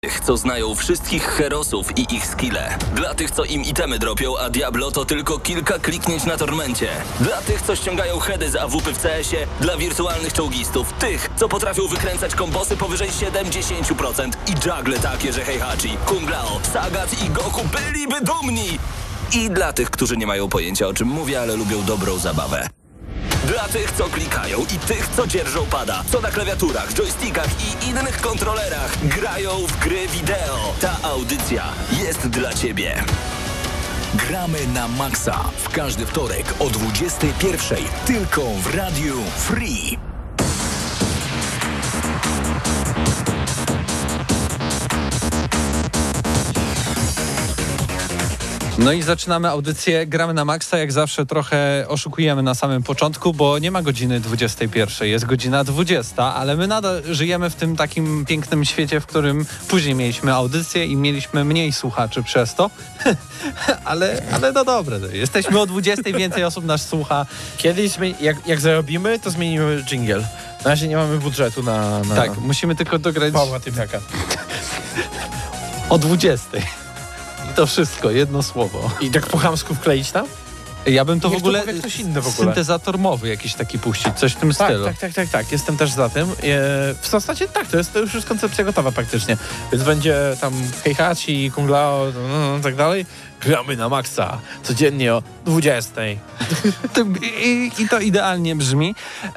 Tych, co znają wszystkich herosów i ich skille. Dla tych, co im itemy dropią, a Diablo to tylko kilka kliknięć na tormencie. Dla tych, co ściągają heady z AWP w CS-ie. Dla wirtualnych czołgistów. Tych, co potrafią wykręcać kombosy powyżej 70% i juggle takie, że Heihachi, Kung Lao, Sagat i Goku byliby dumni. I dla tych, którzy nie mają pojęcia, o czym mówię, ale lubią dobrą zabawę. Dla tych, co klikają i tych, co dzierżą pada, co na klawiaturach, joystickach i innych kontrolerach grają w gry wideo. Ta audycja jest dla Ciebie. Gramy na maksa w każdy wtorek o 21:00 tylko w Radiu Free. No i zaczynamy audycję Gramy na maksa. Jak zawsze trochę oszukujemy na samym początku, bo nie ma godziny 21, jest godzina 20, ale my nadal żyjemy w tym takim pięknym świecie, w którym później mieliśmy audycję i mieliśmy mniej słuchaczy przez to. ale no dobre, jesteśmy o 20, więcej osób nas słucha. Kiedyś, jak zarobimy, to zmienimy dżingiel. Na razie nie mamy budżetu na... Tak, musimy tylko dograć Pawła Tymiaka. o 20. I to wszystko, jedno słowo. I tak po chamsku wkleić tam? Ja bym to Niech w ogóle, to powie ktoś inny w ogóle. Syntezator mowy jakiś taki puścić, coś w tym stylu. Tak, jestem też za tym. W zasadzie tak, to już jest koncepcja gotowa praktycznie. Więc będzie tam Heihachi, Kung Lao, tak dalej. Gramy na maksa, codziennie o 20. I to idealnie brzmi.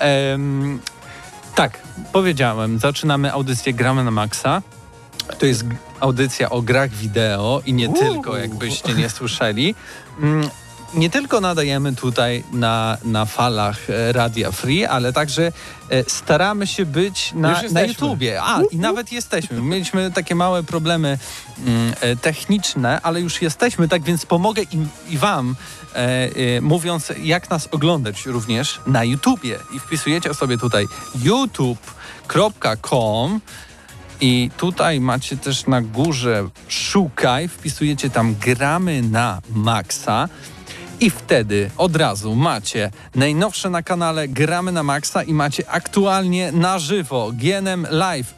Tak, powiedziałem, zaczynamy audycję Gramy na maksa. To jest audycja o grach wideo i nie tylko, jakbyście nie słyszeli. Nie tylko nadajemy tutaj na falach Radia Free, ale także staramy się być na YouTubie. I nawet jesteśmy. Mieliśmy takie małe problemy techniczne, ale już jesteśmy, tak więc pomogę i wam, mówiąc, jak nas oglądać również na YouTubie. I wpisujecie sobie tutaj youtube.com i tutaj macie też na górze szukaj, wpisujecie tam Gramy na maksa i wtedy od razu macie najnowsze na kanale Gramy na maksa i macie aktualnie na żywo GNM Live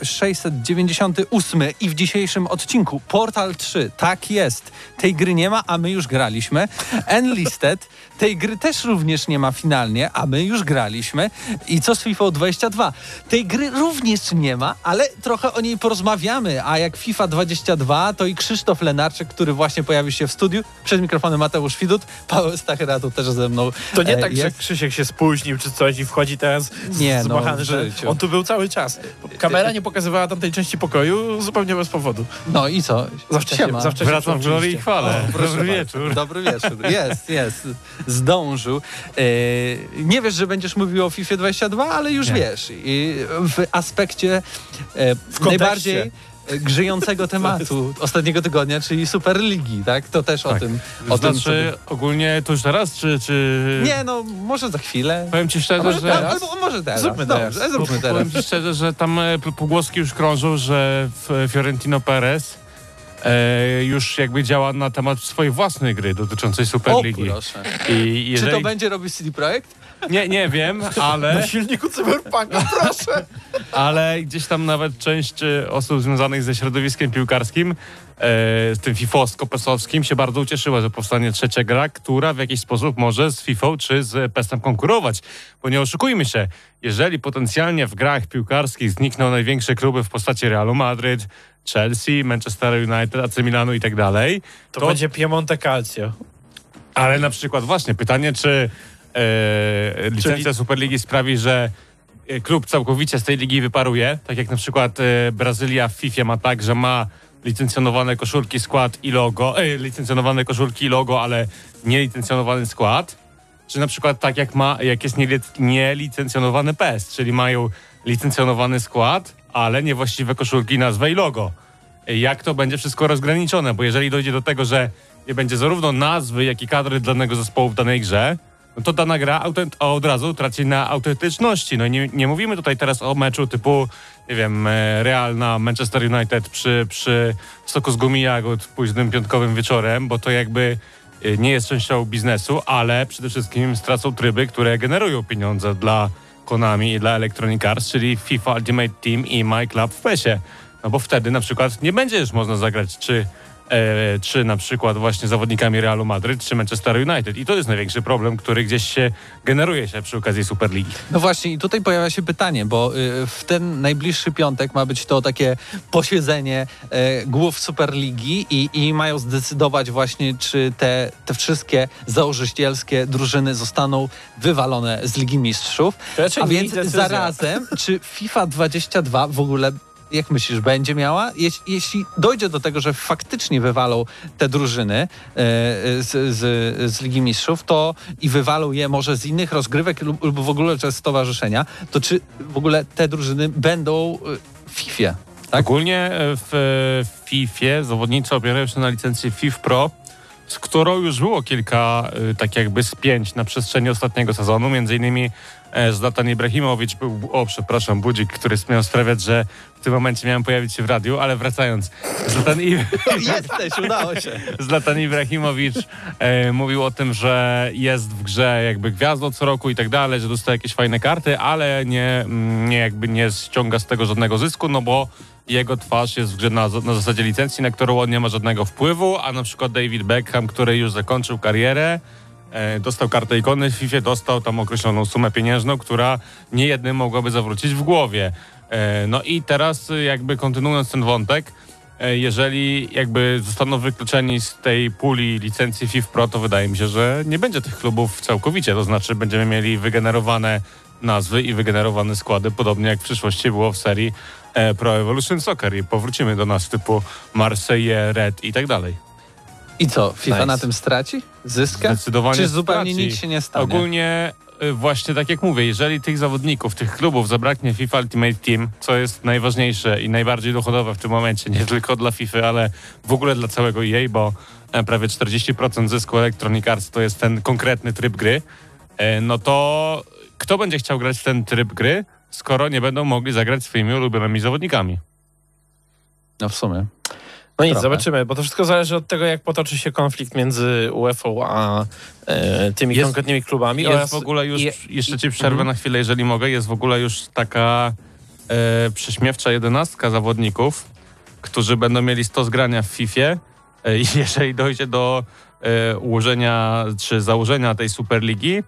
698 i w dzisiejszym odcinku Portal 3. Tak jest. Tej gry nie ma, a my już graliśmy. Enlisted. Tej gry też również nie ma finalnie, a my już graliśmy. I co z FIFA 22? Tej gry również nie ma, ale trochę o niej porozmawiamy. A jak FIFA 22, to i Krzysztof Lenarczyk, który właśnie pojawił się w studiu. Przed mikrofonem Mateusz Widut. Paweł Stachera tu też ze mną. To nie tak, że Krzysiek się spóźnił czy coś i wchodzi teraz zmachany. On tu był cały czas. Kamera nie pokazywała tamtej części pokoju zupełnie bez powodu. No i co? Zawsze wracam w glorii i chwale. Dobry wieczór. Dobry wieczór. Jest. Zdążył. Nie wiesz, że będziesz mówił o FIFA 22, ale już wiesz. W aspekcie najbardziej grzejącego tematu ostatniego tygodnia, czyli Superligi, tak? To też o tym. Ogólnie to już teraz, czy... Nie, no może za chwilę. Powiem ci szczerze, że... Albo może teraz. Zróbmy teraz. Powiem ci szczerze, że tam pogłoski już krążą, że Fiorentino Perez już jakby działa na temat swojej własnej gry dotyczącej Superligi. O, proszę. Jeżeli... Czy to będzie robić CD Projekt? Nie wiem, ale... Na silniku Cyberpunka, proszę! Ale gdzieś tam nawet część osób związanych ze środowiskiem piłkarskim, z tym fifowsko-pesowskim się bardzo ucieszyła, że powstanie trzecia gra, która w jakiś sposób może z Fifą czy z PES-em konkurować. Bo nie oszukujmy się, jeżeli potencjalnie w grach piłkarskich znikną największe kluby w postaci Realu Madryt, Chelsea, Manchester United, AC Milanu i tak dalej, to będzie Piemonte Calcio. Ale na przykład właśnie pytanie, czy licencja Superligi sprawi, że klub całkowicie z tej ligi wyparuje, tak jak na przykład Brazylia w FIFA ma tak, że ma licencjonowane koszulki, skład i logo, licencjonowane koszulki i logo, ale nielicencjonowany skład, czy na przykład tak jak jest nielicencjonowany PES, czyli mają licencjonowany skład, ale niewłaściwe koszulki, nazwę i logo. Jak to będzie wszystko rozgraniczone, bo jeżeli dojdzie do tego, że nie będzie zarówno nazwy, jak i kadry danego zespołu w danej grze, no to dana gra od razu traci na autentyczności. No i nie mówimy tutaj teraz o meczu typu, nie wiem, Real na Manchester United przy soku z gumi jagód późnym piątkowym wieczorem, bo to jakby nie jest częścią biznesu, ale przede wszystkim stracą tryby, które generują pieniądze dla Konami i dla Electronic Arts, czyli FIFA Ultimate Team i My Club w PES-ie. No bo wtedy na przykład nie będzie już można zagrać czy na przykład właśnie zawodnikami Realu Madryt, czy Manchester United. I to jest największy problem, który gdzieś się generuje przy okazji Superligi. No właśnie i tutaj pojawia się pytanie, bo w ten najbliższy piątek ma być to takie posiedzenie głów Superligi i mają zdecydować właśnie, czy te wszystkie założycielskie drużyny zostaną wywalone z Ligi Mistrzów. A więc zarazem, czy FIFA 22 w ogóle, jak myślisz, będzie miała? Jeśli dojdzie do tego, że faktycznie wywalą te drużyny z Ligi Mistrzów, to i wywalą je może z innych rozgrywek lub w ogóle przez stowarzyszenia, to czy w ogóle te drużyny będą w FIFA? Tak? Ogólnie w FIFA zawodnicy opierają się na licencji FIFA Pro, z którą już było kilka tak jakby spięć na przestrzeni ostatniego sezonu, między innymi Zlatan Ibrahimowicz budzik, który miał sprawiać, że w tym momencie miałem pojawić się w radiu, ale wracając, Jesteś, udało się. Zlatan Ibrahimowicz mówił o tym, że jest w grze jakby gwiazdą co roku i tak dalej, że dostaje jakieś fajne karty, ale nie ściąga z tego żadnego zysku, no bo jego twarz jest w grze na zasadzie licencji, na którą on nie ma żadnego wpływu, a na przykład David Beckham, który już zakończył karierę, dostał kartę ikony w FIFA, dostał tam określoną sumę pieniężną, która niejednym mogłaby zawrócić w głowie. No i teraz jakby kontynuując ten wątek, jeżeli jakby zostaną wykluczeni z tej puli licencji FIFA Pro, to wydaje mi się, że nie będzie tych klubów całkowicie, to znaczy będziemy mieli wygenerowane nazwy i wygenerowane składy, podobnie jak w przyszłości było w serii Pro Evolution Soccer i powrócimy do nas typu Marseille, Red i tak dalej. I co, FIFA na tym straci? Zyska? Zdecydowanie czy zupełnie straci. nic się nie stanie? Ogólnie właśnie tak jak mówię, jeżeli tych zawodników, tych klubów zabraknie FIFA Ultimate Team, co jest najważniejsze i najbardziej dochodowe w tym momencie, nie tylko dla FIFA, ale w ogóle dla całego EA, bo prawie 40% zysku Electronic Arts to jest ten konkretny tryb gry, no to kto będzie chciał grać w ten tryb gry, skoro nie będą mogli zagrać swoimi ulubionymi zawodnikami? No w sumie. No nic, Trochę. zobaczymy, bo to wszystko zależy od tego, jak potoczy się konflikt między UEFA a tymi konkretnymi klubami. Jest w ogóle już, jeszcze ci przerwę na chwilę, jeżeli mogę, jest w ogóle już taka prześmiewcza 11 zawodników, którzy będą mieli 100 zgrania w FIFA, jeżeli dojdzie do ułożenia czy założenia tej Superligi,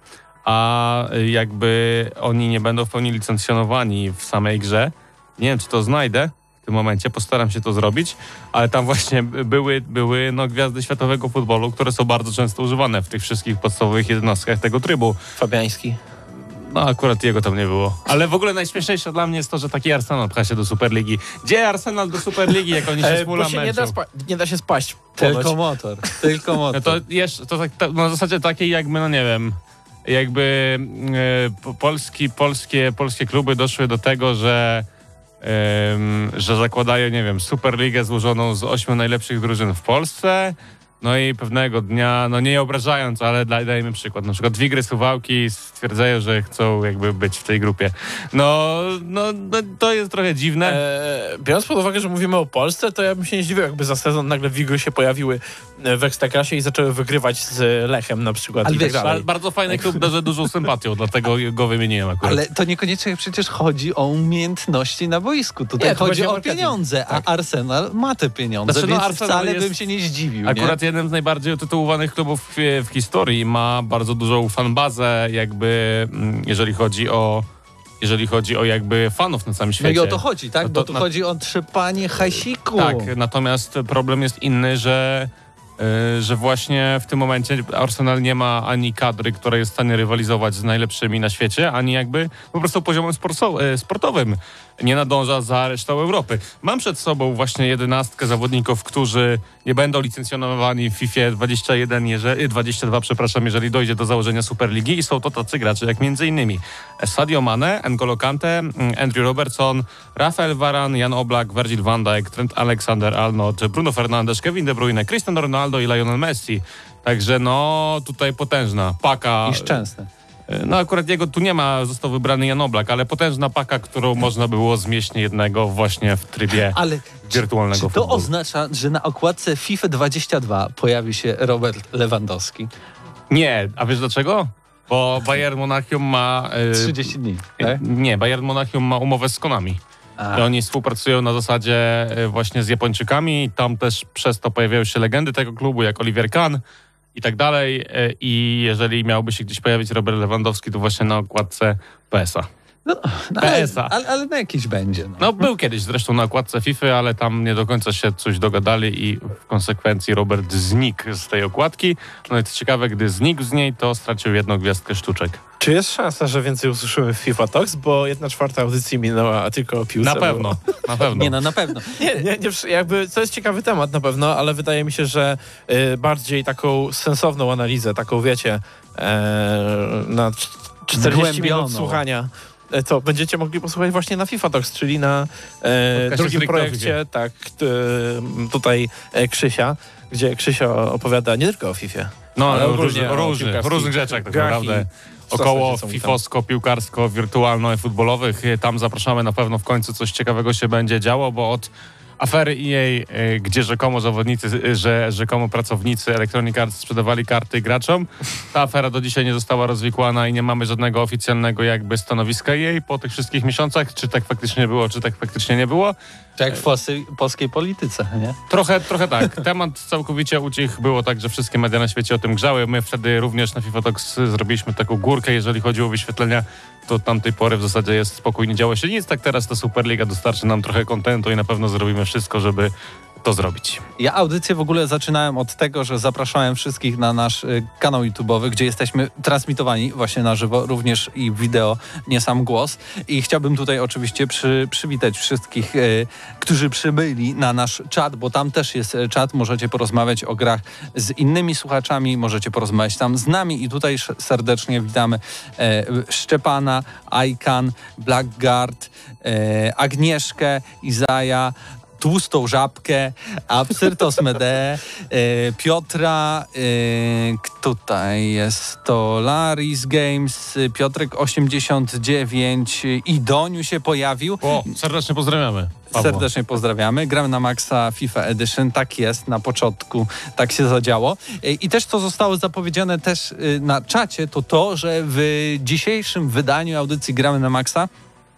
a jakby oni nie będą w pełni licencjonowani w samej grze. Nie wiem, czy to znajdę w tym momencie, postaram się to zrobić, ale tam właśnie były gwiazdy światowego futbolu, które są bardzo często używane w tych wszystkich podstawowych jednostkach tego trybu. Fabiański. No akurat jego tam nie było. Ale w ogóle najśmieszniejsze dla mnie jest to, że taki Arsenal pcha się do Superligi. Gdzie Arsenal do Superligi, jak oni się wspólnie męczą? Nie da się spaść. Tylko motor. No to tak, na zasadzie takiej jakby, no nie wiem, jakby polskie kluby doszły do tego, że zakładają, nie wiem, Superligę złożoną z 8 najlepszych drużyn w Polsce. No i pewnego dnia, no nie obrażając, ale dajmy przykład. Na przykład Wigry Suwałki stwierdzają, że chcą jakby być w tej grupie. No to jest trochę dziwne. Biorąc pod uwagę, że mówimy o Polsce, to ja bym się nie zdziwił, jakby za sezon nagle Wigry się pojawiły w Ekstraklasie i zaczęły wygrywać z Lechem na przykład. Ale i tak dalej. Bardzo fajny klub, darzę dużą sympatią, dlatego go wymieniłem akurat. Ale to niekoniecznie przecież chodzi o umiejętności na boisku. Tutaj chodzi o pieniądze, a Arsenal ma te pieniądze, Znaczy, więc Arsenal wcale jest bym się nie zdziwił. akurat nie? jednym z najbardziej utytułowanych klubów w historii. Ma bardzo dużą fanbazę, jakby jeżeli chodzi o jakby fanów na całym No świecie. i o to chodzi, tak? No Bo tu chodzi o trzepanie hajsiku. Tak, natomiast problem jest inny, że właśnie w tym momencie Arsenal nie ma ani kadry, która jest w stanie rywalizować z najlepszymi na świecie, ani jakby po prostu poziomem sportowym nie nadąża za resztą Europy. Mam przed sobą właśnie 11 zawodników, którzy nie będą licencjonowani w FIFA 22, jeżeli dojdzie do założenia Superligi i są to tacy gracze jak m.in. Sadio Mane, N'Golo Kante, Andrew Robertson, Rafael Varane, Jan Oblak, Virgil van Dijk, Trent Alexander-Arnold, Bruno Fernandes, Kevin De Bruyne, Cristiano Ronaldo i Lionel Messi. Także tutaj potężna paka. I szczęsne. No akurat jego tu nie ma, został wybrany Jan Oblak, ale potężna paka, którą można było zmieść niejednego właśnie w trybie Ale wirtualnego czy to futbolu. oznacza, że na okładce FIFA 22 pojawi się Robert Lewandowski? Nie, a wiesz dlaczego? Bo Bayern Monachium ma... 30 dni, tak? Nie, Bayern Monachium ma umowę z Konami. I oni współpracują na zasadzie właśnie z Japończykami. Tam też przez to pojawiają się legendy tego klubu, jak Oliver Kahn i tak dalej. I jeżeli miałby się gdzieś pojawić Robert Lewandowski, to właśnie na okładce PES-a. No, PES-a. ale na jakiś będzie. No był kiedyś zresztą na okładce FIFA, ale tam nie do końca się coś dogadali i w konsekwencji Robert znikł z tej okładki. No i co ciekawe, gdy znikł z niej, to stracił 1 gwiazdkę sztuczek. Czy jest szansa, że więcej usłyszymy w FIFA Talks? Bo 1/4 audycji minęła, a tylko o piłce. Na pewno, na pewno. Nie, no na pewno. Nie, jakby to jest ciekawy temat na pewno, ale wydaje mi się, że bardziej taką sensowną analizę, taką wiecie, na 40 minut słuchania. To będziecie mogli posłuchać właśnie na FIFA Talks, czyli na drugim projekcie, tak, tutaj Krzysia, gdzie Krzysio opowiada nie tylko o FIFA, No, ale ale ogólnie o różnych rzeczach tak grach naprawdę. i Około są tam. fifowsko, piłkarsko, wirtualno-futbolowych. Tam zapraszamy, na pewno w końcu coś ciekawego się będzie działo, bo od afery EA, gdzie rzekomo zawodnicy, że rzekomo pracownicy Electronic Arts sprzedawali karty graczom, ta afera do dzisiaj nie została rozwikłana i nie mamy żadnego oficjalnego jakby stanowiska EA po tych wszystkich miesiącach, czy tak faktycznie było, czy tak faktycznie nie było. To jak w polskiej polityce, nie? Trochę tak. Temat całkowicie ucichł. Było tak, że wszystkie media na świecie o tym grzały. My wtedy również na FIFA Talks zrobiliśmy taką górkę, jeżeli chodzi o wyświetlenia. To od tamtej pory w zasadzie jest spokój, nie działo się nic. Tak teraz ta Superliga dostarczy nam trochę kontentu i na pewno zrobimy wszystko, żeby to zrobić. Ja audycję w ogóle zaczynałem od tego, że zapraszałem wszystkich na nasz kanał YouTube'owy, gdzie jesteśmy transmitowani właśnie na żywo, również i wideo, nie sam głos. I chciałbym tutaj oczywiście przywitać wszystkich, którzy przybyli na nasz czat, bo tam też jest czat, możecie porozmawiać o grach z innymi słuchaczami, możecie porozmawiać tam z nami i tutaj serdecznie witamy Szczepana, Ajkan, Blackguard, Agnieszkę, Izaja, Tłustą Żabkę, Absyrtos Mede, Piotra, tutaj jest to Laris Games, Piotrek 89 i Doniu się pojawił. O, serdecznie pozdrawiamy. Pawła. Serdecznie pozdrawiamy. Gramy na Maxa FIFA Edition. Tak jest, na początku tak się zadziało. I też co zostało zapowiedziane też na czacie, to, że w dzisiejszym wydaniu audycji Gramy na Maxa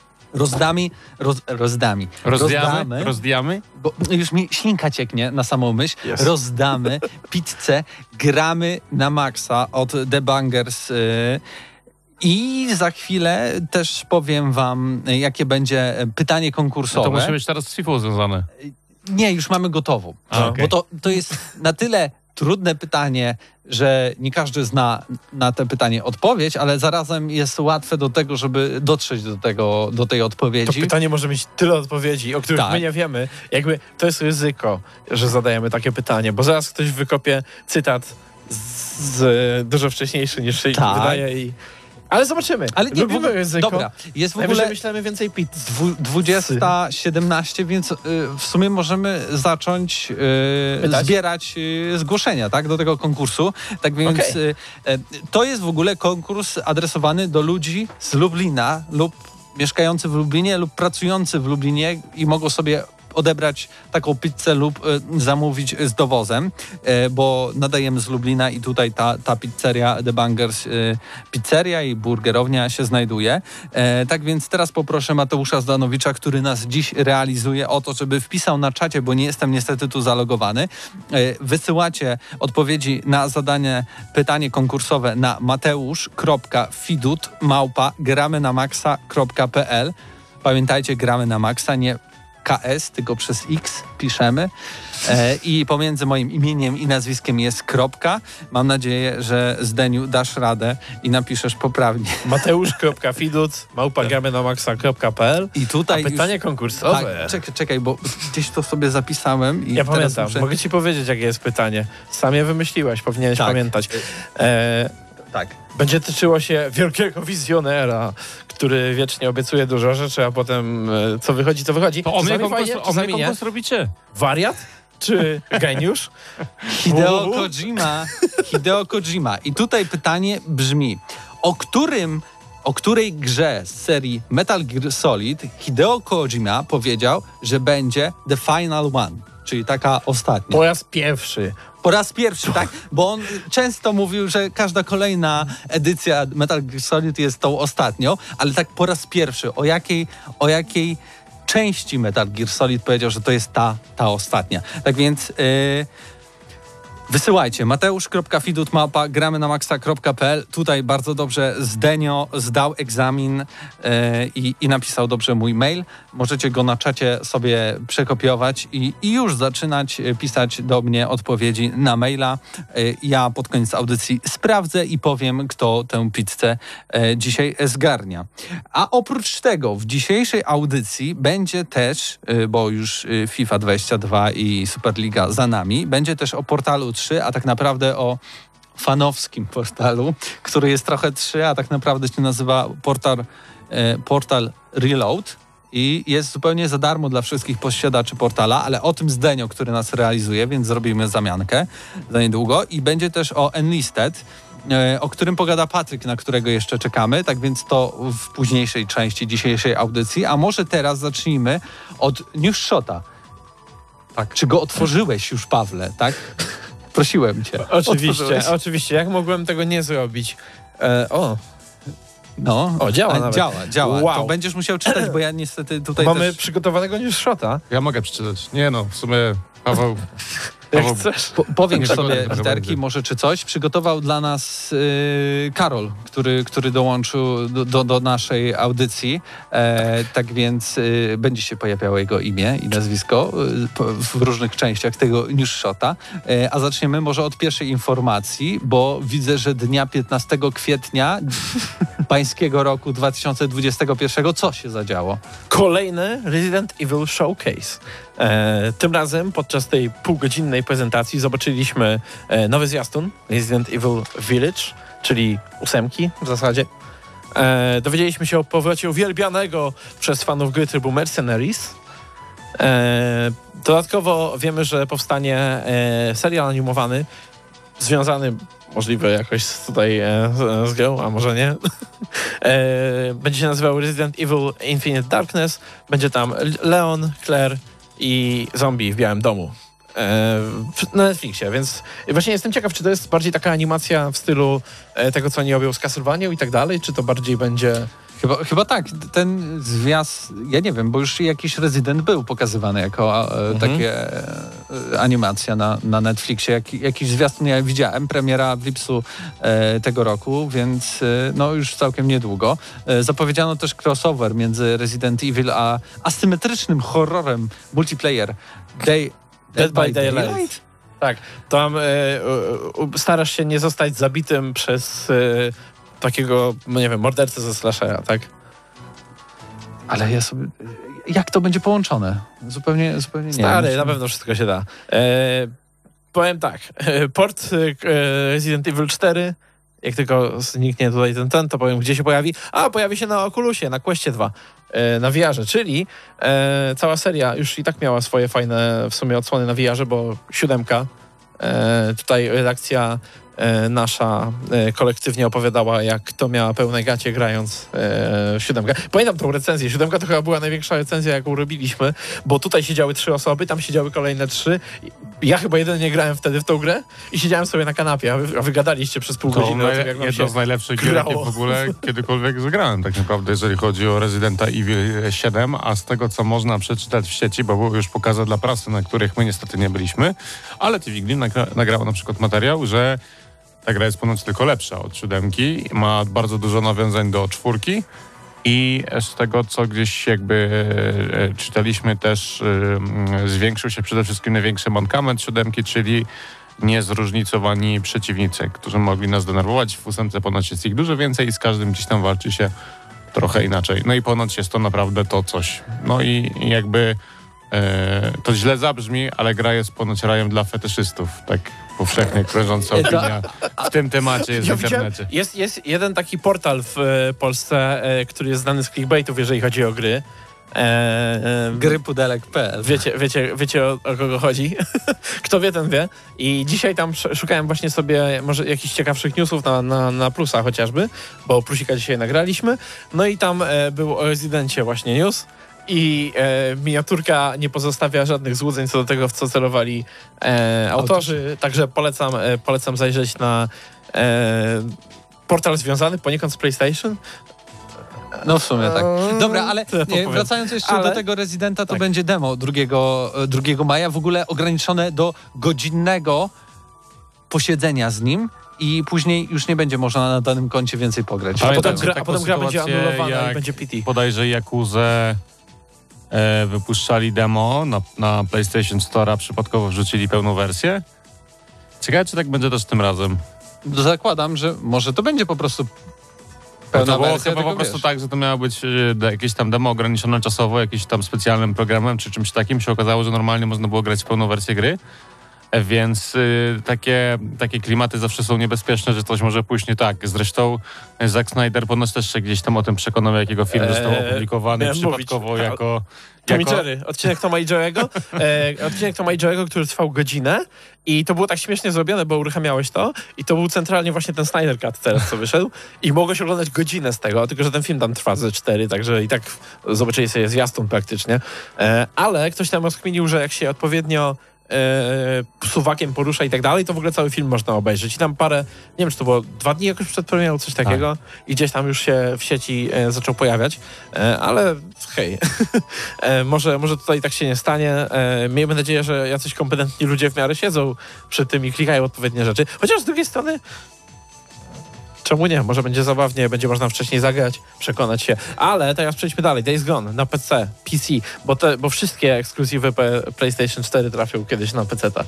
Rozdjamy? bo już mi ślinka cieknie na samą myśl, Yes. rozdamy pizzę Gramy na Maxa od The Bangers. I za chwilę też powiem wam, jakie będzie pytanie konkursowe. To musi być teraz z FIFA związane. Nie, już mamy gotową. Okej. Bo to jest na tyle trudne pytanie, że nie każdy zna na to pytanie odpowiedź, ale zarazem jest łatwe do tego, żeby dotrzeć do tej To odpowiedzi. pytanie może mieć tyle odpowiedzi, o których Tak. my nie wiemy. Jakby to jest ryzyko, że zadajemy takie pytanie, bo zaraz ktoś wykopie cytat z dużo wcześniejszy niż się Tak. wydaje i... Ale zobaczymy. Ale nie, Lubimy ryzyko. Dobra, jest w Najwyżej ogóle myślemy więcej pizzy. 20:17, więc w sumie możemy zacząć Pytać? zbierać zgłoszenia, tak, do tego konkursu. Tak więc Okej. to jest w ogóle konkurs adresowany do ludzi z Lublina lub mieszkający w Lublinie lub pracujący w Lublinie i mogą sobie odebrać taką pizzę lub zamówić z dowozem, bo nadajemy z Lublina i tutaj ta pizzeria The Bangers pizzeria i burgerownia się znajduje. Tak więc teraz poproszę Mateusza Zdanowicza, który nas dziś realizuje, o to, żeby wpisał na czacie, bo nie jestem niestety tu zalogowany. Wysyłacie odpowiedzi na pytanie konkursowe na mateusz.fidut@gramynamaxa.pl. Pamiętajcie, gramy na maksa, nie KS, tylko przez X piszemy. I pomiędzy moim imieniem i nazwiskiem jest kropka. Mam nadzieję, że Zdeniu dasz radę i napiszesz poprawnie. Mateusz.fidut@gramynamaxa.pl. I tutaj A pytanie konkursowe. czekaj, bo gdzieś to sobie zapisałem. I Ja teraz pamiętam. muszę... Mogę ci powiedzieć, jakie jest pytanie. Sam je wymyśliłeś, powinieneś Tak. pamiętać. Tak. Będzie tyczyło się wielkiego wizjonera, który wiecznie obiecuje dużo rzeczy, a potem co wychodzi, to wychodzi. To o mnie Czasami fajnie, czasami nie. konkurs robicie? Wariat? Czy geniusz? Hideo Kojima. I tutaj pytanie brzmi, o której grze z serii Metal Gear Solid Hideo Kojima powiedział, że będzie the final one, czyli taka ostatnia. Po raz pierwszy. Po raz pierwszy, tak? Bo on często mówił, że każda kolejna edycja Metal Gear Solid jest tą ostatnią, ale tak po raz pierwszy. O jakiej części Metal Gear Solid powiedział, że to jest ta ostatnia. Tak więc wysyłajcie mateusz.fidut@gramy-na-maxa.pl. Tutaj bardzo dobrze Zdenio zdał egzamin i napisał dobrze mój mail. Możecie go na czacie sobie przekopiować i już zaczynać pisać do mnie odpowiedzi na maila. Ja pod koniec audycji sprawdzę i powiem, kto tę pizzę dzisiaj zgarnia. A oprócz tego w dzisiejszej audycji będzie też, bo już FIFA 22 i Superliga za nami, będzie też o portalu 3, a tak naprawdę o fanowskim portalu, który jest trochę 3, a tak naprawdę się nazywa portal Reload i jest zupełnie za darmo dla wszystkich posiadaczy portala, ale o tym Zdenio, który nas realizuje, więc zrobimy zamiankę za niedługo. I będzie też o Enlisted, o którym pogada Patryk, na którego jeszcze czekamy, tak więc to w późniejszej części dzisiejszej audycji, a może teraz zacznijmy od News Shota. Tak. Czy go otworzyłeś już, Pawle, tak? Prosiłem cię. Oczywiście. Jak mogłem tego nie zrobić? Działa nawet. Działa. Wow. To będziesz musiał czytać, bo ja niestety tutaj Mamy przygotowanego News Shota. Ja mogę przeczytać. Nie no, w sumie Paweł... Jak chcesz. Powiem Nie sobie przygodę, literki będzie. może czy coś. Przygotował dla nas Karol, który dołączył do naszej audycji. Tak więc będzie się pojawiało jego imię i nazwisko w różnych częściach tego News Shota. A zaczniemy może od pierwszej informacji, bo widzę, że dnia 15 kwietnia pańskiego roku 2021 co się zadziało? Kolejny Resident Evil Showcase. Tym razem podczas tej półgodzinnej prezentacji zobaczyliśmy nowy zwiastun Resident Evil Village, czyli 8 w zasadzie. Dowiedzieliśmy się o powrocie uwielbianego przez fanów gry trybu Mercenaries. Dodatkowo wiemy, że powstanie serial animowany związany możliwe jakoś z grą, a może nie. Będzie się nazywał Resident Evil Infinite Darkness. Będzie tam Leon, Claire i zombie w Białym Domu. Na Netflixie, więc właśnie jestem ciekaw, czy to jest bardziej taka animacja w stylu tego, co oni robią z Castlevanią i tak dalej, czy to bardziej będzie... Chyba tak. Ten zwiast, ja nie wiem, bo już jakiś Resident był pokazywany jako takie animacja na Netflixie. Jakiś zwiastun ja widziałem, premiera w lipcu tego roku, więc no już całkiem niedługo. Zapowiedziano też crossover między Resident Evil a asymetrycznym horrorem multiplayer Dead by Daylight. Tak, tam starasz się nie zostać zabitym przez takiego, no nie wiem, mordercę ze slashera, tak? Ale ja sobie... Jak to będzie połączone? Zupełnie nie. Stary, na pewno wszystko się da. Powiem tak, port Resident Evil 4, jak tylko zniknie tutaj ten, to powiem, gdzie się pojawi. A, pojawi się na Oculusie, na Questie 2, na VR-ze, czyli cała seria już i tak miała swoje fajne w sumie odsłony na VR-ze, bo 7, tutaj redakcja nasza kolektywnie opowiadała, jak to miała pełne gacie grając 7. Pamiętam tą recenzję. 7 to chyba była największa recenzja, jaką robiliśmy, bo tutaj siedziały 3 osoby, tam siedziały kolejne 3. Ja chyba jedynie grałem wtedy w tą grę i siedziałem sobie na kanapie, a wy gadaliście przez pół godziny o tym, jak wam jedno się z najlepszych gier, jakie w ogóle kiedykolwiek zagrałem, tak naprawdę, jeżeli chodzi o Residenta Evil 7, a z tego, co można przeczytać w sieci, bo były już pokazy dla prasy, na których my niestety nie byliśmy, ale TV Green nagrał na przykład materiał, że ta gra jest ponoć tylko lepsza od 7, ma bardzo dużo nawiązań do 4 i z tego, co gdzieś jakby czytaliśmy też, zwiększył się przede wszystkim największy mankament 7, czyli niezróżnicowani przeciwnicy, którzy mogli nas denerwować. W 8 ponoć jest ich dużo więcej i z każdym gdzieś tam walczy się trochę inaczej. No i ponoć jest to naprawdę to coś. No i jakby to źle zabrzmi, ale gra jest ponoć rajem dla fetyszystów, tak powszechnie krążąca opinia w tym temacie jest w internecie. Jest jeden taki portal w Polsce, który jest znany z clickbaitów, jeżeli chodzi o gry. Grypudelek.pl. Wiecie o kogo chodzi? Kto wie, ten wie. I dzisiaj tam szukałem właśnie sobie może jakichś ciekawszych newsów na Plusa chociażby, bo Plusika dzisiaj nagraliśmy. No i tam był o Residencie właśnie news. I miniaturka nie pozostawia żadnych złudzeń co do tego, w co celowali autorzy. Także polecam zajrzeć na portal związany poniekąd z PlayStation. No w sumie tak. Dobra, ale Tyle powiem. wracając jeszcze Ale- do tego Rezydenta, to tak. będzie demo 2 maja, w ogóle ograniczone do godzinnego posiedzenia z nim i później już nie będzie można na danym koncie więcej pograć. Pamiętacie A potem gra będzie sytuację, anulowana i jak będzie PT. Bodajże Yakuzę wypuszczali demo na PlayStation Store'a, przypadkowo wrzucili pełną wersję. Ciekawe, czy tak będzie też tym razem. Zakładam, że może to będzie po prostu Bo pełna to było wersja, chyba tylko po prostu wiesz. tak, że to miało być jakieś tam demo ograniczone czasowo, jakimś tam specjalnym programem czy czymś takim. Się okazało, że normalnie można było grać w pełną wersję gry. Więc takie klimaty zawsze są niebezpieczne, że coś może pójść nie tak. Zresztą Zack Snyder ponoć też się gdzieś tam o tym przekonał, jakiego film został opublikowany miałem przypadkowo mówić. jako... Tom i Jerry, odcinek Toma i Jerry'ego, odcinek Toma i Jerry'ego, który trwał godzinę i to było tak śmiesznie zrobione, bo uruchamiałeś to i to był centralnie właśnie ten Snyder Cut teraz, co wyszedł i mogłeś oglądać godzinę z tego, tylko że ten film tam trwa ze 4, także i tak zobaczyli sobie zwiastun praktycznie, ale ktoś tam rozkminił, że jak się odpowiednio suwakiem porusza i tak dalej, to w ogóle cały film można obejrzeć. I tam parę, nie wiem, czy to było 2 dni jakoś przed premierą, coś takiego i gdzieś tam już się w sieci zaczął pojawiać, ale hej, może tutaj tak się nie stanie. Miejmy nadzieję, że jacyś kompetentni ludzie w miarę siedzą przy tym i klikają odpowiednie rzeczy. Chociaż z drugiej strony czemu nie? Może będzie zabawnie, będzie można wcześniej zagrać, przekonać się. Ale teraz przejdźmy dalej. Days Gone na PC, bo wszystkie ekskluzywy PlayStation 4 trafią kiedyś na PC-ta.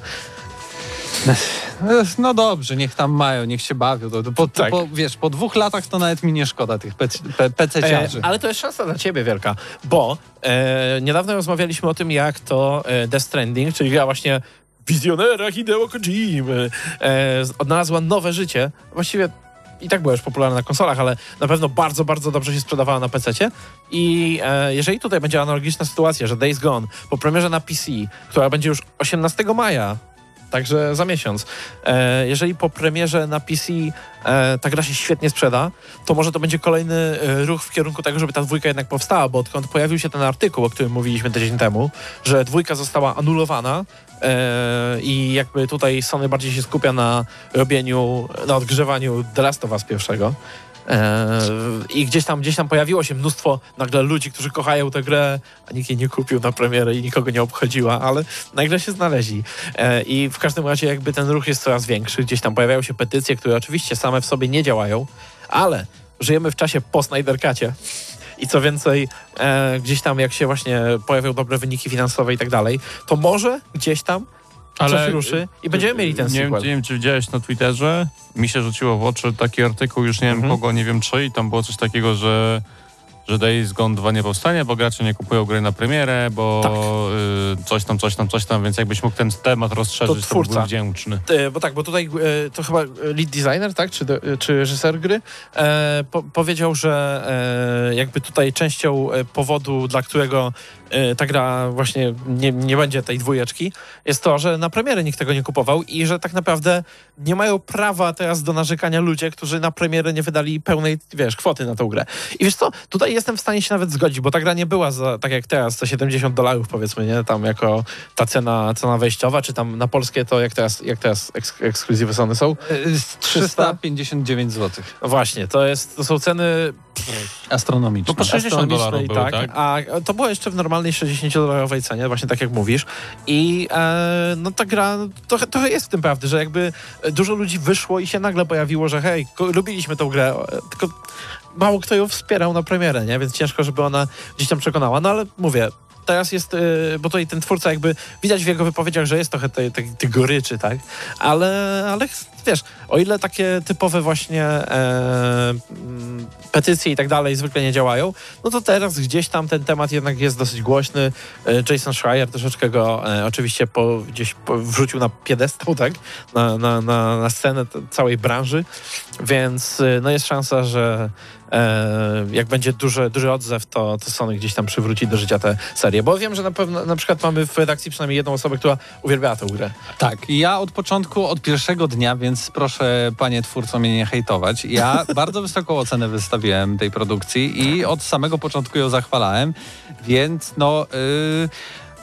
No dobrze, niech tam mają, niech się bawią. Tak. Wiesz, po 2 latach to nawet mi nie szkoda tych PC-ciarzy. Ale to jest szansa dla ciebie wielka, bo niedawno rozmawialiśmy o tym, jak to Death Stranding, czyli gra właśnie wizjonera Hideo Kojimy, odnalazła nowe życie. Właściwie i tak była już popularna na konsolach, ale na pewno bardzo, bardzo dobrze się sprzedawała na PC-cie. I jeżeli tutaj będzie analogiczna sytuacja, że Days Gone po premierze na PC, która będzie już 18 maja, także za miesiąc, jeżeli po premierze na PC ta gra się świetnie sprzeda, to może to będzie kolejny ruch w kierunku tego, żeby ta 2 jednak powstała, bo odkąd pojawił się ten artykuł, o którym mówiliśmy tydzień temu, że 2 została anulowana i jakby tutaj Sony bardziej się skupia na robieniu, na odgrzewaniu The Last of Us pierwszego. I gdzieś tam pojawiło się mnóstwo nagle ludzi, którzy kochają tę grę, a nikt jej nie kupił na premierę i nikogo nie obchodziła, ale nagle się znaleźli. I w każdym razie jakby ten ruch jest coraz większy. Gdzieś tam pojawiają się petycje, które oczywiście same w sobie nie działają, ale żyjemy w czasie po Snyder Cutie. I co więcej, gdzieś tam jak się właśnie pojawią dobre wyniki finansowe i tak dalej, to może gdzieś tam coś ruszy i będziemy mieli ten sequel. Nie wiem, czy widziałeś na Twitterze, mi się rzuciło w oczy taki artykuł, już nie wiem kogo, nie wiem czy, i tam było coś takiego, że Days Gone 2 nie powstanie, bo gracze nie kupują gry na premierę, bo coś tam, więc jakbyś mógł ten temat rozszerzyć, to byłbym wdzięczny. Bo tutaj to chyba lead designer, tak, czy reżyser gry powiedział, że jakby tutaj częścią powodu, dla którego ta gra właśnie nie będzie tej 2, jest to, że na premierę nikt tego nie kupował i że tak naprawdę nie mają prawa teraz do narzekania ludzie, którzy na premierę nie wydali pełnej, kwoty na tą grę. I wiesz co, tutaj jestem w stanie się nawet zgodzić, bo ta gra nie była za, tak jak teraz, za $70 powiedzmy, nie? Tam jako ta cena wejściowa, czy tam na polskie to jak teraz ekskluzywy Sony są? 359 zł. No właśnie, to są ceny Astronomiczne. No po $60 były, tak? A to było jeszcze w normalnej $60 cenie, właśnie tak jak mówisz. I no ta gra, trochę jest w tym prawdy, że jakby dużo ludzi wyszło i się nagle pojawiło, że hej, lubiliśmy tą grę, tylko mało kto ją wspierał na premierę, nie? Więc ciężko, żeby ona gdzieś tam przekonała. No ale mówię, teraz jest, bo tutaj ten twórca jakby widać w jego wypowiedziach, że jest trochę tej goryczy, tak? Ale wiesz, o ile takie typowe właśnie petycje i tak dalej zwykle nie działają, no to teraz gdzieś tam ten temat jednak jest dosyć głośny. Jason Schreier troszeczkę go oczywiście gdzieś wrzucił na piedestał, tak? Na scenę całej branży, więc no jest szansa, że jak będzie duży odzew, to Sony gdzieś tam przywróci do życia tę serię. Bo wiem, że na przykład mamy w redakcji przynajmniej jedną osobę, która uwielbiała tę grę. Tak, ja od początku, od pierwszego dnia, więc proszę panie twórco mnie nie hejtować. Ja bardzo wysoką ocenę wystawiłem tej produkcji i od samego początku ją zachwalałem, więc no...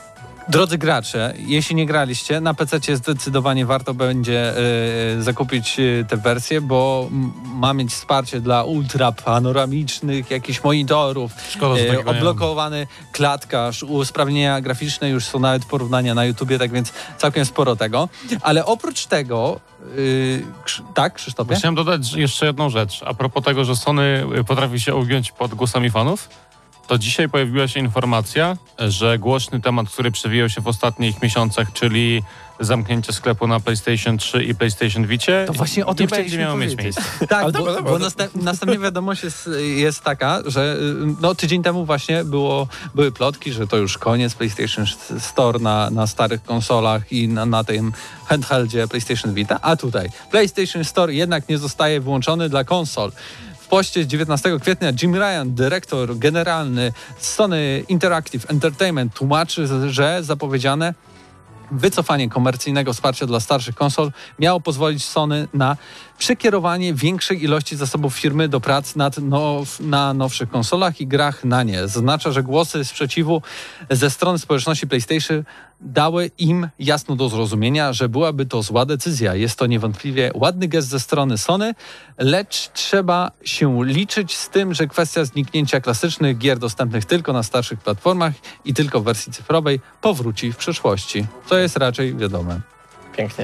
Drodzy gracze, jeśli nie graliście, na PC zdecydowanie warto będzie zakupić tę wersję, bo ma mieć wsparcie dla ultra panoramicznych jakichś monitorów, Szkoda, że takiego nie odblokowany klatkarz, usprawnienia graficzne, już są nawet porównania na YouTubie, tak więc całkiem sporo tego. Ale oprócz tego, tak, Krzysztofie? Chciałem dodać jeszcze jedną rzecz. A propos tego, że Sony potrafi się ugiąć pod głosami fanów, to dzisiaj pojawiła się informacja, że głośny temat, który przewijał się w ostatnich miesiącach, czyli zamknięcie sklepu na PlayStation 3 i PlayStation Vicie, To właśnie o tym nie będzie miało mieć powiedzieć. miejsca. Tak, Ale bo, dobra, bo dobra. następnie wiadomość jest taka, że tydzień temu właśnie były plotki, że to już koniec PlayStation Store na starych konsolach i na tym handheldzie PlayStation Vita, a tutaj PlayStation Store jednak nie zostaje wyłączony dla konsol. W poście z 19 kwietnia Jim Ryan, dyrektor generalny Sony Interactive Entertainment, tłumaczy, że zapowiedziane wycofanie komercyjnego wsparcia dla starszych konsol miało pozwolić Sony na przekierowanie większej ilości zasobów firmy do prac na nowszych konsolach i grach na nie. Zaznacza, że głosy sprzeciwu ze strony społeczności PlayStation dały im jasno do zrozumienia, że byłaby to zła decyzja. Jest to niewątpliwie ładny gest ze strony Sony, lecz trzeba się liczyć z tym, że kwestia zniknięcia klasycznych gier dostępnych tylko na starszych platformach i tylko w wersji cyfrowej powróci w przyszłości. To jest raczej wiadome. Pięknie.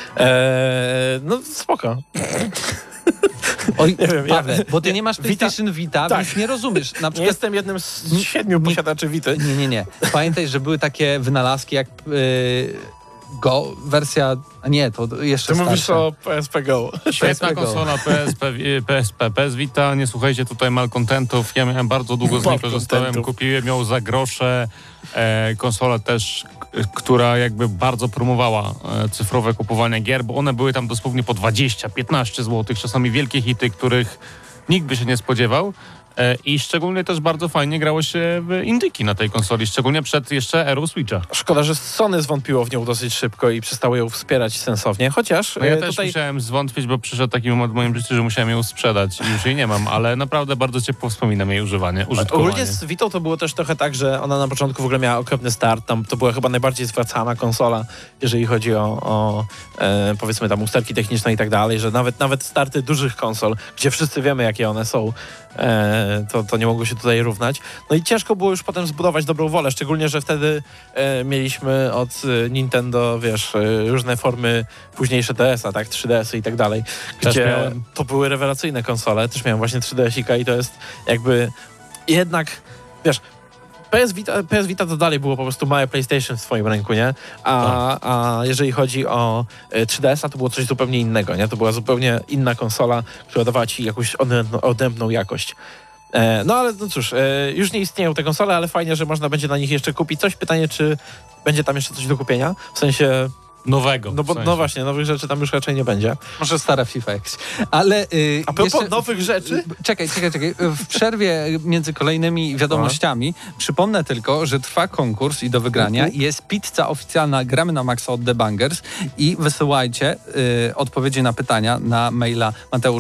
No spoko. Oj, Nie wiem, Pawle, bo ty nie masz Vita- PlayStation Vita, tak. więc nie rozumiesz. Na Nie przykład jestem jednym z 7 posiadaczy Vity. Nie. Pamiętaj, że były takie wynalazki jak Go, wersja... A nie, to jeszcze Ty mówisz starsze. o PSP Go. Świetna PSP Go. konsola PSP, PS Vita, nie słuchajcie tutaj malkontentów, ja miałem bardzo długo z niej korzystałem, Malkontentów. kupiłem ją za grosze, konsola też, która jakby bardzo promowała cyfrowe kupowanie gier, bo one były tam dosłownie po 20-15 zł, czasami wielkie hity, których nikt by się nie spodziewał. I szczególnie też bardzo fajnie grało się w indyki na tej konsoli, szczególnie przed jeszcze erą Switcha. Szkoda, że Sony zwątpiło w nią dosyć szybko i przestało ją wspierać sensownie, chociaż No ja też tutaj... musiałem zwątpić, bo przyszedł taki moment w moim życiu, że musiałem ją sprzedać i już jej nie mam, ale naprawdę bardzo ciepło wspominam jej użytkowanie. Ogólnie z Vitą to było też trochę tak, że ona na początku w ogóle miała okropny start, tam to była chyba najbardziej zwracana konsola, jeżeli chodzi o powiedzmy tam usterki techniczne i tak dalej, że nawet starty dużych konsol, gdzie wszyscy wiemy jakie one są, to nie mogło się tutaj równać. No i ciężko było już potem zbudować dobrą wolę, szczególnie, że wtedy mieliśmy od Nintendo, wiesz, różne formy późniejsze DS-a, tak, 3DS-y i tak dalej, Też gdzie miałem. to były rewelacyjne konsole, też miałem właśnie 3DS-ika i to jest jakby jednak, wiesz, PS Vita to dalej było po prostu małe PlayStation w swoim ręku, nie? A jeżeli chodzi o 3DS-a, to było coś zupełnie innego, nie? To była zupełnie inna konsola, która dawała ci jakąś odrębną jakość. No ale no cóż, już nie istnieją te konsole, ale fajnie, że można będzie na nich jeszcze kupić coś. Pytanie, czy będzie tam jeszcze coś do kupienia? W sensie... Nowego. No bo w sensie. no właśnie, nowych rzeczy tam już raczej nie będzie. Może stara FIFA jakieś. Ale A propos jeszcze, nowych rzeczy? Czekaj. W przerwie między kolejnymi wiadomościami przypomnę tylko, że trwa konkurs i do wygrania jest pizza oficjalna Gramy na Maxa od The Bangers i wysyłajcie odpowiedzi na pytania na maila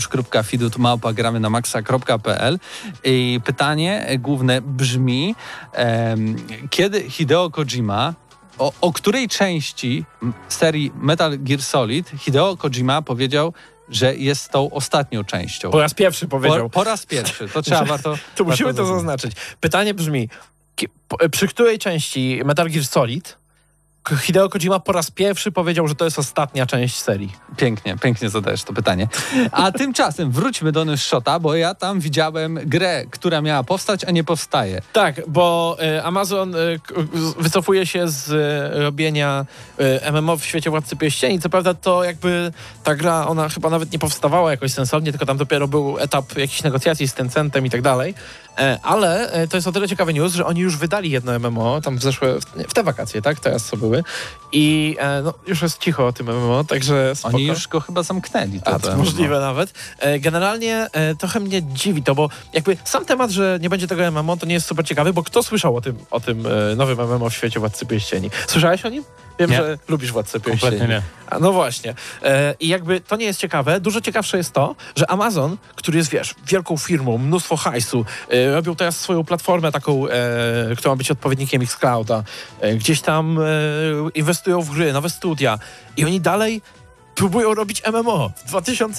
mateusz.fidut@gramynamaxa.pl i pytanie główne brzmi kiedy Hideo Kojima o której części serii Metal Gear Solid Hideo Kojima powiedział, że jest tą ostatnią częścią. Po raz pierwszy powiedział. Po raz pierwszy. To trzeba warto. To musimy to warto zaznaczyć. Pytanie brzmi, przy której części Metal Gear Solid Hideo Kojima po raz pierwszy powiedział, że to jest ostatnia część serii? Pięknie zadajesz to pytanie. A tymczasem wróćmy do Shota, bo ja tam widziałem grę, która miała powstać, a nie powstaje. Tak, bo Amazon wycofuje się z robienia MMO w świecie Władcy Pierścieni. Co prawda to jakby ta gra, ona chyba nawet nie powstawała jakoś sensownie, tylko tam dopiero był etap jakichś negocjacji z Tencentem i tak dalej. Ale to jest o tyle ciekawy news, że oni już wydali jedno MMO, tam w te wakacje, tak? Teraz co były. I no, już jest cicho o tym MMO, także spoko. Oni już go chyba zamknęli. To możliwe nawet. Generalnie trochę mnie dziwi to, bo jakby sam temat, że nie będzie tego MMO, to nie jest super ciekawy, bo kto słyszał o tym nowym MMO w świecie Władcy Pierścieni? Słyszałeś o nim? Wiem, Nie. że lubisz Władcę Kompletnie Pierścieni. nie. A no właśnie. I jakby to nie jest ciekawe. Dużo ciekawsze jest to, że Amazon, który jest, wiesz, wielką firmą, mnóstwo hajsu, robią teraz swoją platformę taką, która ma być odpowiednikiem Xclouda. Gdzieś tam inwestują w gry, nowe studia. I oni dalej próbują robić MMO w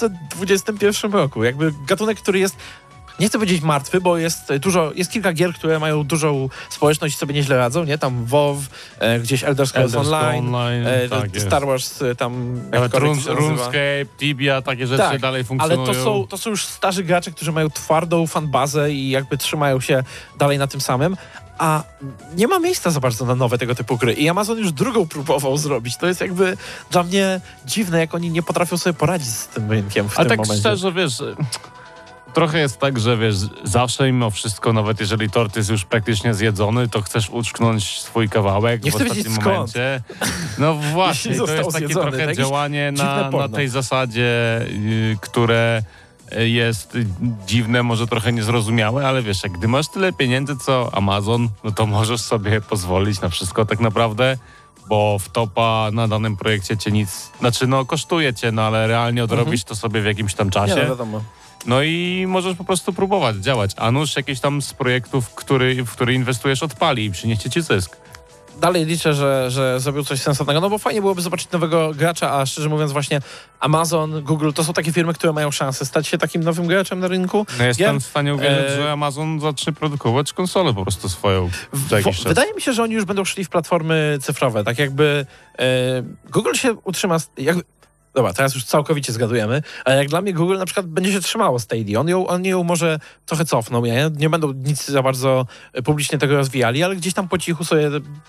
2021 roku. Jakby gatunek, który jest, nie chcę powiedzieć martwy, bo jest kilka gier, które mają dużą społeczność i sobie nieźle radzą, nie? Tam WoW, gdzieś Elder Scrolls Online, tak jest. Star Wars, tam... Nawet jakkolwiek się nazywa. RuneScape, Tibia, takie rzeczy Tak, dalej ale funkcjonują. to są już starzy gracze, którzy mają twardą fanbazę i jakby trzymają się dalej na tym samym, a nie ma miejsca za bardzo na nowe tego typu gry. I Amazon już drugą próbował zrobić. To jest jakby dla mnie dziwne, jak oni nie potrafią sobie poradzić z tym rynkiem w Ale tym tak momencie. szczerze, wiesz, trochę jest tak, że wiesz, zawsze mimo wszystko, nawet jeżeli tort jest już praktycznie zjedzony, to chcesz uczknąć swój kawałek Nie w chcę ostatnim wiedzieć skąd. momencie. No właśnie, Jeśli to jest został takie zjedzony, to trochę jakieś działanie dziwne na porno. tej zasadzie, które jest dziwne, może trochę niezrozumiałe, ale wiesz, jak gdy masz tyle pieniędzy co Amazon, no to możesz sobie pozwolić na wszystko tak naprawdę, bo w topa na danym projekcie cię nic, znaczy no kosztuje cię, no ale realnie odrobisz to sobie w jakimś tam Nie, czasie. no wiadomo. No i możesz po prostu próbować działać, a nuż jakiś tam z projektów, w który inwestujesz, odpali i przyniesie ci zysk. Dalej liczę, że zrobił coś sensownego, no bo fajnie byłoby zobaczyć nowego gracza, a szczerze mówiąc właśnie Amazon, Google, to są takie firmy, które mają szansę stać się takim nowym graczem na rynku. No jestem Gier. w stanie uwierzyć, że Amazon zacznie produkować konsolę po prostu swoją za jakiś czas. Wydaje mi się, że oni już będą szli w platformy cyfrowe, tak jakby Google się utrzyma, dobra, teraz już całkowicie zgadujemy, ale jak dla mnie Google na przykład będzie się trzymało Stadia. Oni ją może trochę cofną, nie będą nic za bardzo publicznie tego rozwijali, ale gdzieś tam po cichu sobie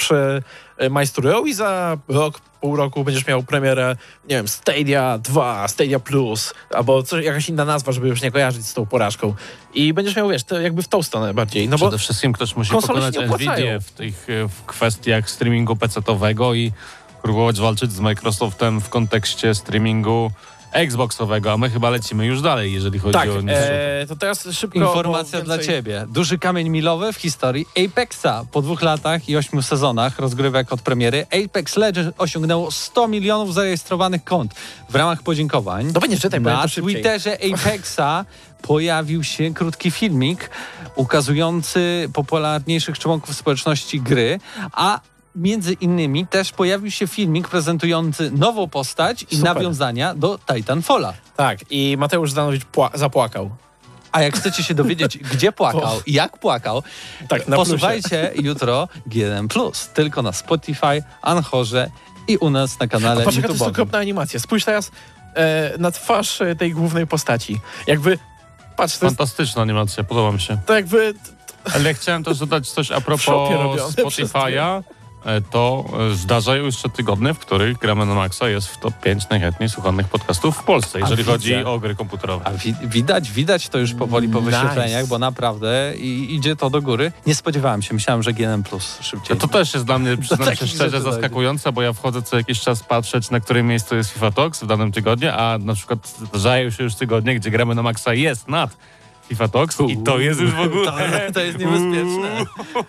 majstrują i za rok, pół roku będziesz miał premierę, nie wiem, Stadia 2, Stadia Plus, albo jakaś inna nazwa, żeby już nie kojarzyć z tą porażką. I będziesz miał, wiesz, to jakby w tą stronę bardziej. No bo Przede wszystkim ktoś musi konsole się pokonać nie opłacają. Nvidię w kwestiach streamingu PC-owego i próbować walczyć z Microsoftem w kontekście streamingu Xboxowego, a my chyba lecimy już dalej, jeżeli chodzi tak, o niższą. to teraz szybko... Informacja bo dla więcej- ciebie. Duży kamień milowy w historii Apexa. Po 2 latach i 8 sezonach rozgrywek od premiery Apex Legends osiągnęło 100 milionów zarejestrowanych kont. W ramach podziękowań Dobra, nie czytaj, bo ja na to szybciej. Twitterze Apexa pojawił się krótki filmik ukazujący popularniejszych członków społeczności gry, a między innymi też pojawił się filmik prezentujący nową postać i Super. nawiązania do Titanfalla. Tak, i Mateusz Zdanowicz zapłakał. A jak chcecie się dowiedzieć, gdzie płakał i jak płakał, Tak, na posłuchajcie jutro GNM+. Tylko na Spotify, Anchorze i u nas na kanale Patrz, jaka to jest YouTube'owym. okropna animacja. Spójrz teraz na twarz tej głównej postaci. Jakby, patrz, to jest Fantastyczna animacja, podoba mi się. to jakby... Ale chciałem też dodać coś a szopie propos robione Spotify'a. To zdarzają już 3 tygodnie, w których Gramy na Maxa jest w top 5 najchętniej słuchanych podcastów w Polsce, jeżeli widzę. chodzi o gry komputerowe. A widać to już powoli po Nice. wyświetleniach, bo naprawdę idzie to do góry. Nie spodziewałem się, myślałem, że GNM+ szybciej. To też jest dla mnie, przyznam się takich szczerze, rzeczy dojdzie. zaskakujące, bo ja wchodzę co jakiś czas patrzeć, na którym miejscu jest FIFA Talks w danym tygodniu, a na przykład zdarzają się już tygodnie, gdzie Gramy na Maxa jest nad FIFA Talks i to jest już w ogóle... To jest niebezpieczne.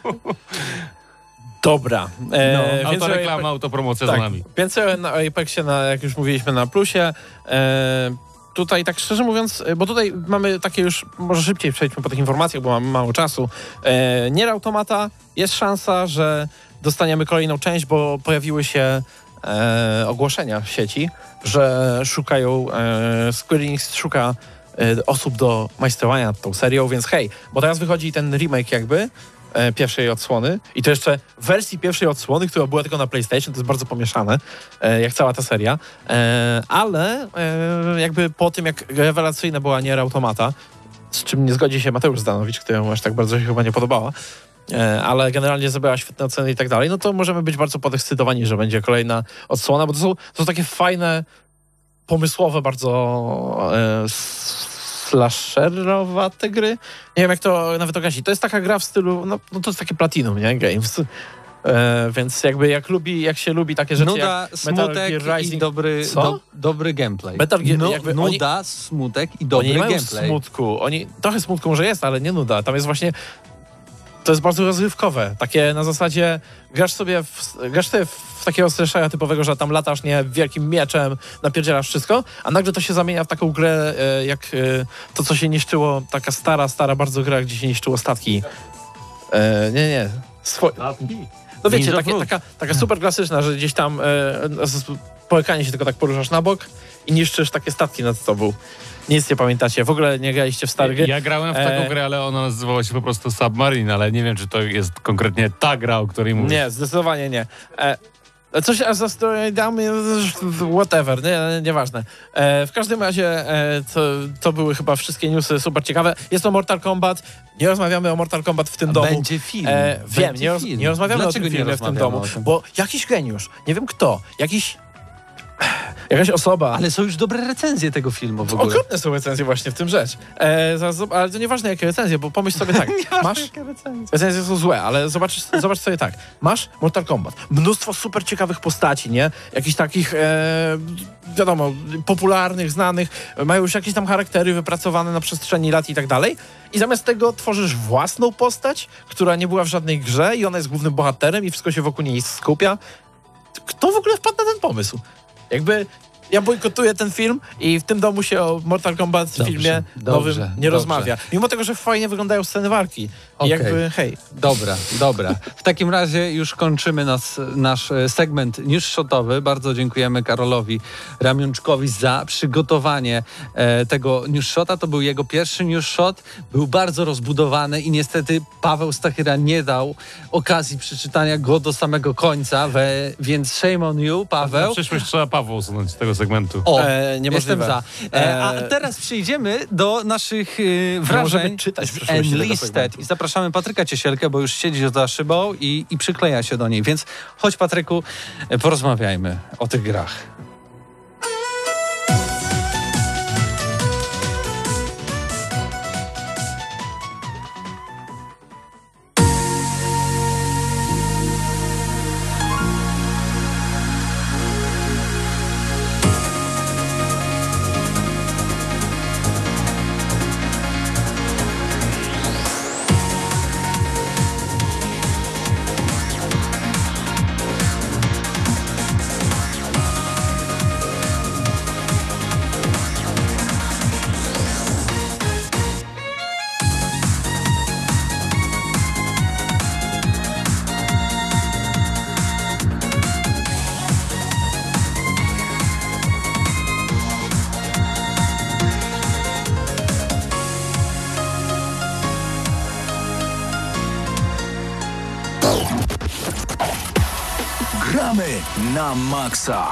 Dobra. Autoreklama, autopromocja tak, za nami. Więcej na Apexie, jak już mówiliśmy, na plusie. Tutaj tak szczerze mówiąc, bo tutaj mamy takie już, może szybciej przejdźmy po tych informacjach, bo mamy mało czasu. Nier Automata, jest szansa, że dostaniemy kolejną część, bo pojawiły się ogłoszenia w sieci, że szukają, Square Enix szuka osób do majstrowania nad tą serią, więc hej, bo teraz wychodzi ten remake jakby pierwszej odsłony i to jeszcze w wersji pierwszej odsłony, która była tylko na PlayStation, to jest bardzo pomieszane, jak cała ta seria, ale jakby po tym, jak rewelacyjna była Nier Automata, z czym nie zgodzi się Mateusz Zdanowicz, któremu aż tak bardzo się chyba nie podobała, ale generalnie zebrała świetne oceny i tak dalej, no to możemy być bardzo podekscytowani, że będzie kolejna odsłona, bo to są takie fajne, pomysłowe, bardzo slasherowate gry. Nie wiem, jak to nawet określić. To jest taka gra w stylu, no to jest takie Platinum, nie? Games. Więc jakby jak się lubi takie rzeczy Nuda, jak Metal smutek Gear i Rising. dobry, Co? dobry gameplay. Metal Gear, jakby nuda, smutek i dobry oni nie mają gameplay. smutku. Trochę smutku może jest, ale nie nuda. Tam jest właśnie to jest bardzo rozrywkowe. Takie na zasadzie grasz sobie w takiego slashera typowego, że tam latasz wielkim mieczem, napierdzielasz wszystko, a nagle to się zamienia w taką grę jak to, co się niszczyło, taka stara bardzo gra, gdzie się niszczyło statki. No wiecie, taka super klasyczna, że gdzieś tam po ekranie się tylko tak poruszasz na bok i niszczysz takie statki nad tobą. Nic nie pamiętacie, w ogóle nie graliście w stare gry. Ja grałem w taką grę, ale ona nazywała się po prostu Submarine, ale nie wiem, czy to jest konkretnie ta gra, o której mówisz. Nie, zdecydowanie nie. Coś za steroidami, whatever, nieważne. W każdym razie to były chyba wszystkie newsy super ciekawe. Jest to Mortal Kombat. Nie rozmawiamy o Mortal Kombat w tym domu. Będzie film. Wiem, nie rozmawiamy Dlaczego o tym filmie w tym domu, o tym? bo jakiś geniusz, nie wiem kto, jakaś osoba. Ale są już dobre recenzje tego filmu w ogóle. Okropne są recenzje właśnie w tym rzecz. Ale to nieważne jakie recenzje, bo pomyśl sobie tak. Masz recenzje są złe, ale zobacz sobie tak. Masz Mortal Kombat. Mnóstwo super ciekawych postaci, nie? Jakichś takich, wiadomo, popularnych, znanych. Mają już jakieś tam charaktery wypracowane na przestrzeni lat i tak dalej. I zamiast tego tworzysz własną postać, która nie była w żadnej grze i ona jest głównym bohaterem i wszystko się wokół niej skupia. Kto w ogóle wpadł na ten pomysł? Jakby ja bojkotuję ten film i w tym domu się o Mortal Kombat filmie nowym nie rozmawia. Mimo tego, że fajnie wyglądają sceny walki. I jakby, hej. Dobra. W takim razie już kończymy nasz segment newsshotowy. Bardzo dziękujemy Karolowi Ramionczkowi za przygotowanie tego newsshota. To był jego pierwszy newsshot. Był bardzo rozbudowany i niestety Paweł Stachyra nie dał okazji przeczytania go do samego końca, więc shame on you, Paweł. Na przyszłość trzeba Pawła usunąć z tego segmentu. O, niemożliwe. jestem za. A teraz przejdziemy do naszych wrażeń czytać z Enlisted. I zapraszamy Patryka Ciesielkę, bo już siedzi za szybą i przykleja się do niej. Więc chodź, Patryku, porozmawiajmy o tych grach. Gramy na maksa.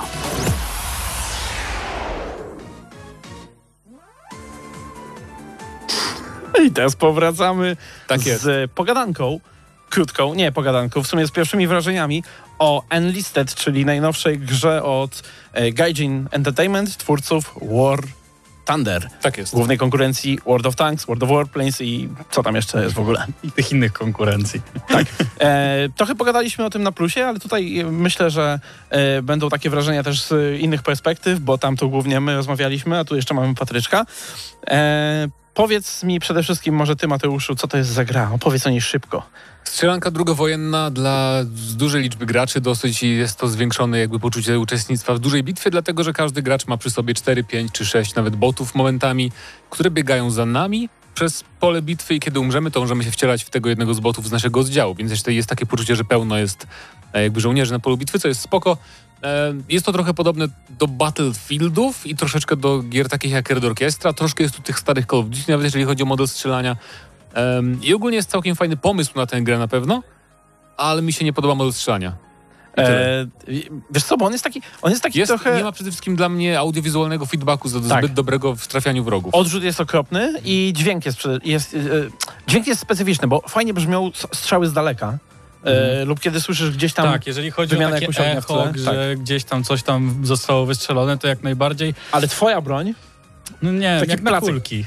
I teraz powracamy z pogadanką, krótką, nie pogadanką, w sumie z pierwszymi wrażeniami o Enlisted, czyli najnowszej grze od Gaijin Entertainment, twórców War Thunder. Tak jest. Głównej konkurencji World of Tanks, World of Warplanes i co tam jeszcze jest w ogóle. I tych innych konkurencji. Tak. Trochę pogadaliśmy o tym na plusie, ale tutaj myślę, że będą takie wrażenia też z innych perspektyw, bo tam to głównie my rozmawialiśmy, a tu jeszcze mamy Patryczka. Powiedz mi przede wszystkim może ty, Mateuszu, co to jest za gra? Opowiedz o niej szybko. Strzelanka drugowojenna dla dużej liczby graczy, dosyć jest to zwiększone jakby poczucie uczestnictwa w dużej bitwie, dlatego że każdy gracz ma przy sobie 4, 5 czy 6 nawet botów momentami, które biegają za nami przez pole bitwy i kiedy umrzemy, to możemy się wcielać w tego jednego z botów z naszego oddziału, więc jeszcze jest takie poczucie, że pełno jest jakby żołnierzy na polu bitwy, co jest spoko. Jest to trochę podobne do Battlefieldów i troszeczkę do gier takich jak Red Orchestra, troszkę jest tu tych starych Call of Duty, nawet jeżeli chodzi o model strzelania. I ogólnie jest całkiem fajny pomysł na tę grę na pewno, ale mi się nie podoba model strzelania. Wiesz co, bo on jest taki trochę... Nie ma przede wszystkim dla mnie audiowizualnego feedbacku zbyt dobrego w trafianiu wrogów. Odrzut jest okropny i dźwięk jest specyficzny, bo fajnie brzmią strzały z daleka. Lub kiedy słyszysz gdzieś tam... Tak, jeżeli chodzi o takie echo, że gdzieś tam coś tam zostało wystrzelone, to jak najbardziej. Ale twoja broń... No nie, taki jak na placek. kulki.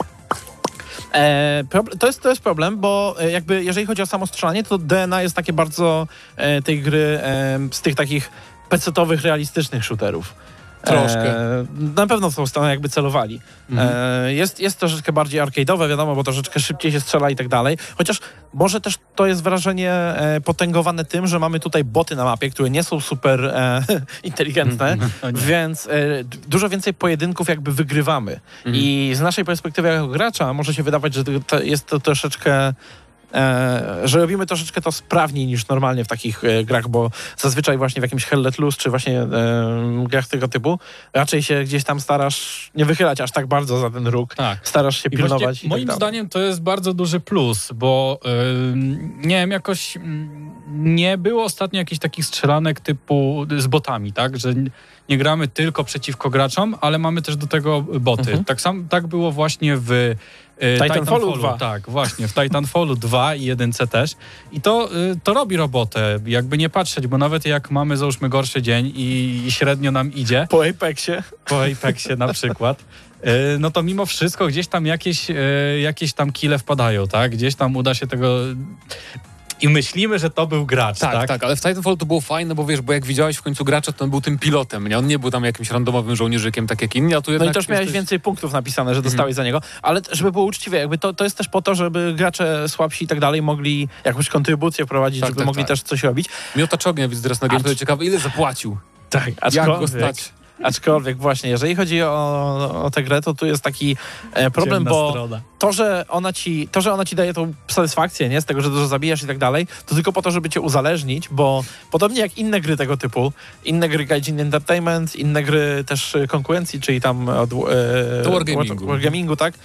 To jest problem, bo jakby jeżeli chodzi o samo strzelanie, to DNA jest takie bardzo tej gry z tych takich pecetowych, realistycznych shooterów. Troszkę. Na pewno w tą stronę jakby celowali. Jest troszeczkę bardziej arcade'owe, wiadomo, bo troszeczkę szybciej się strzela i tak dalej. Chociaż może też to jest wrażenie potęgowane tym, że mamy tutaj boty na mapie, które nie są super inteligentne, więc dużo więcej pojedynków jakby wygrywamy. I z naszej perspektywy jako gracza może się wydawać, że jest to troszeczkę że robimy troszeczkę to sprawniej niż normalnie w takich grach, bo zazwyczaj właśnie w jakimś Hell Let Loose, czy właśnie grach tego typu, raczej się gdzieś tam starasz nie wychylać aż tak bardzo za ten róg, starasz się pilnować. Moim zdaniem to jest bardzo duży plus, bo nie wiem, jakoś nie było ostatnio jakichś takich strzelanek typu z botami, tak, że nie gramy tylko przeciwko graczom, ale mamy też do tego boty. Tak było właśnie w Titanfallu 2. Tak, właśnie, w Titanfallu 2 i 1C też. I to robi robotę, jakby nie patrzeć, bo nawet jak mamy, załóżmy, gorszy dzień i średnio nam idzie. Po Apexie na przykład. No to mimo wszystko gdzieś tam jakieś tam kile wpadają, tak? Gdzieś tam uda się tego... I myślimy, że to był gracz, tak? Tak, ale w Titanfall to było fajne, bo wiesz, bo jak widziałeś w końcu gracza, to on był tym pilotem, nie? On nie był tam jakimś randomowym żołnierzykiem, tak jak inni, a tu jednak... No i też miałeś więcej punktów napisane, że dostałeś za niego, ale żeby było uczciwe, jakby to jest też po to, żeby gracze słabsi i tak dalej mogli jakąś kontrybucję prowadzić, żeby mogli też coś robić. Miotacz ognia, widzę teraz na gameplay, ciekawe, ile zapłacił? Tak, jak go stać? Aczkolwiek właśnie, jeżeli chodzi o tę grę, to tu jest taki problem, ciemna bo strona. to, że ona ci daje tą satysfakcję, nie? Z tego, że dużo zabijasz i tak dalej, to tylko po to, żeby cię uzależnić, bo podobnie jak inne gry tego typu, inne gry Gaijin Entertainment, inne gry też konkurencji, czyli tam od Wargamingu, tak?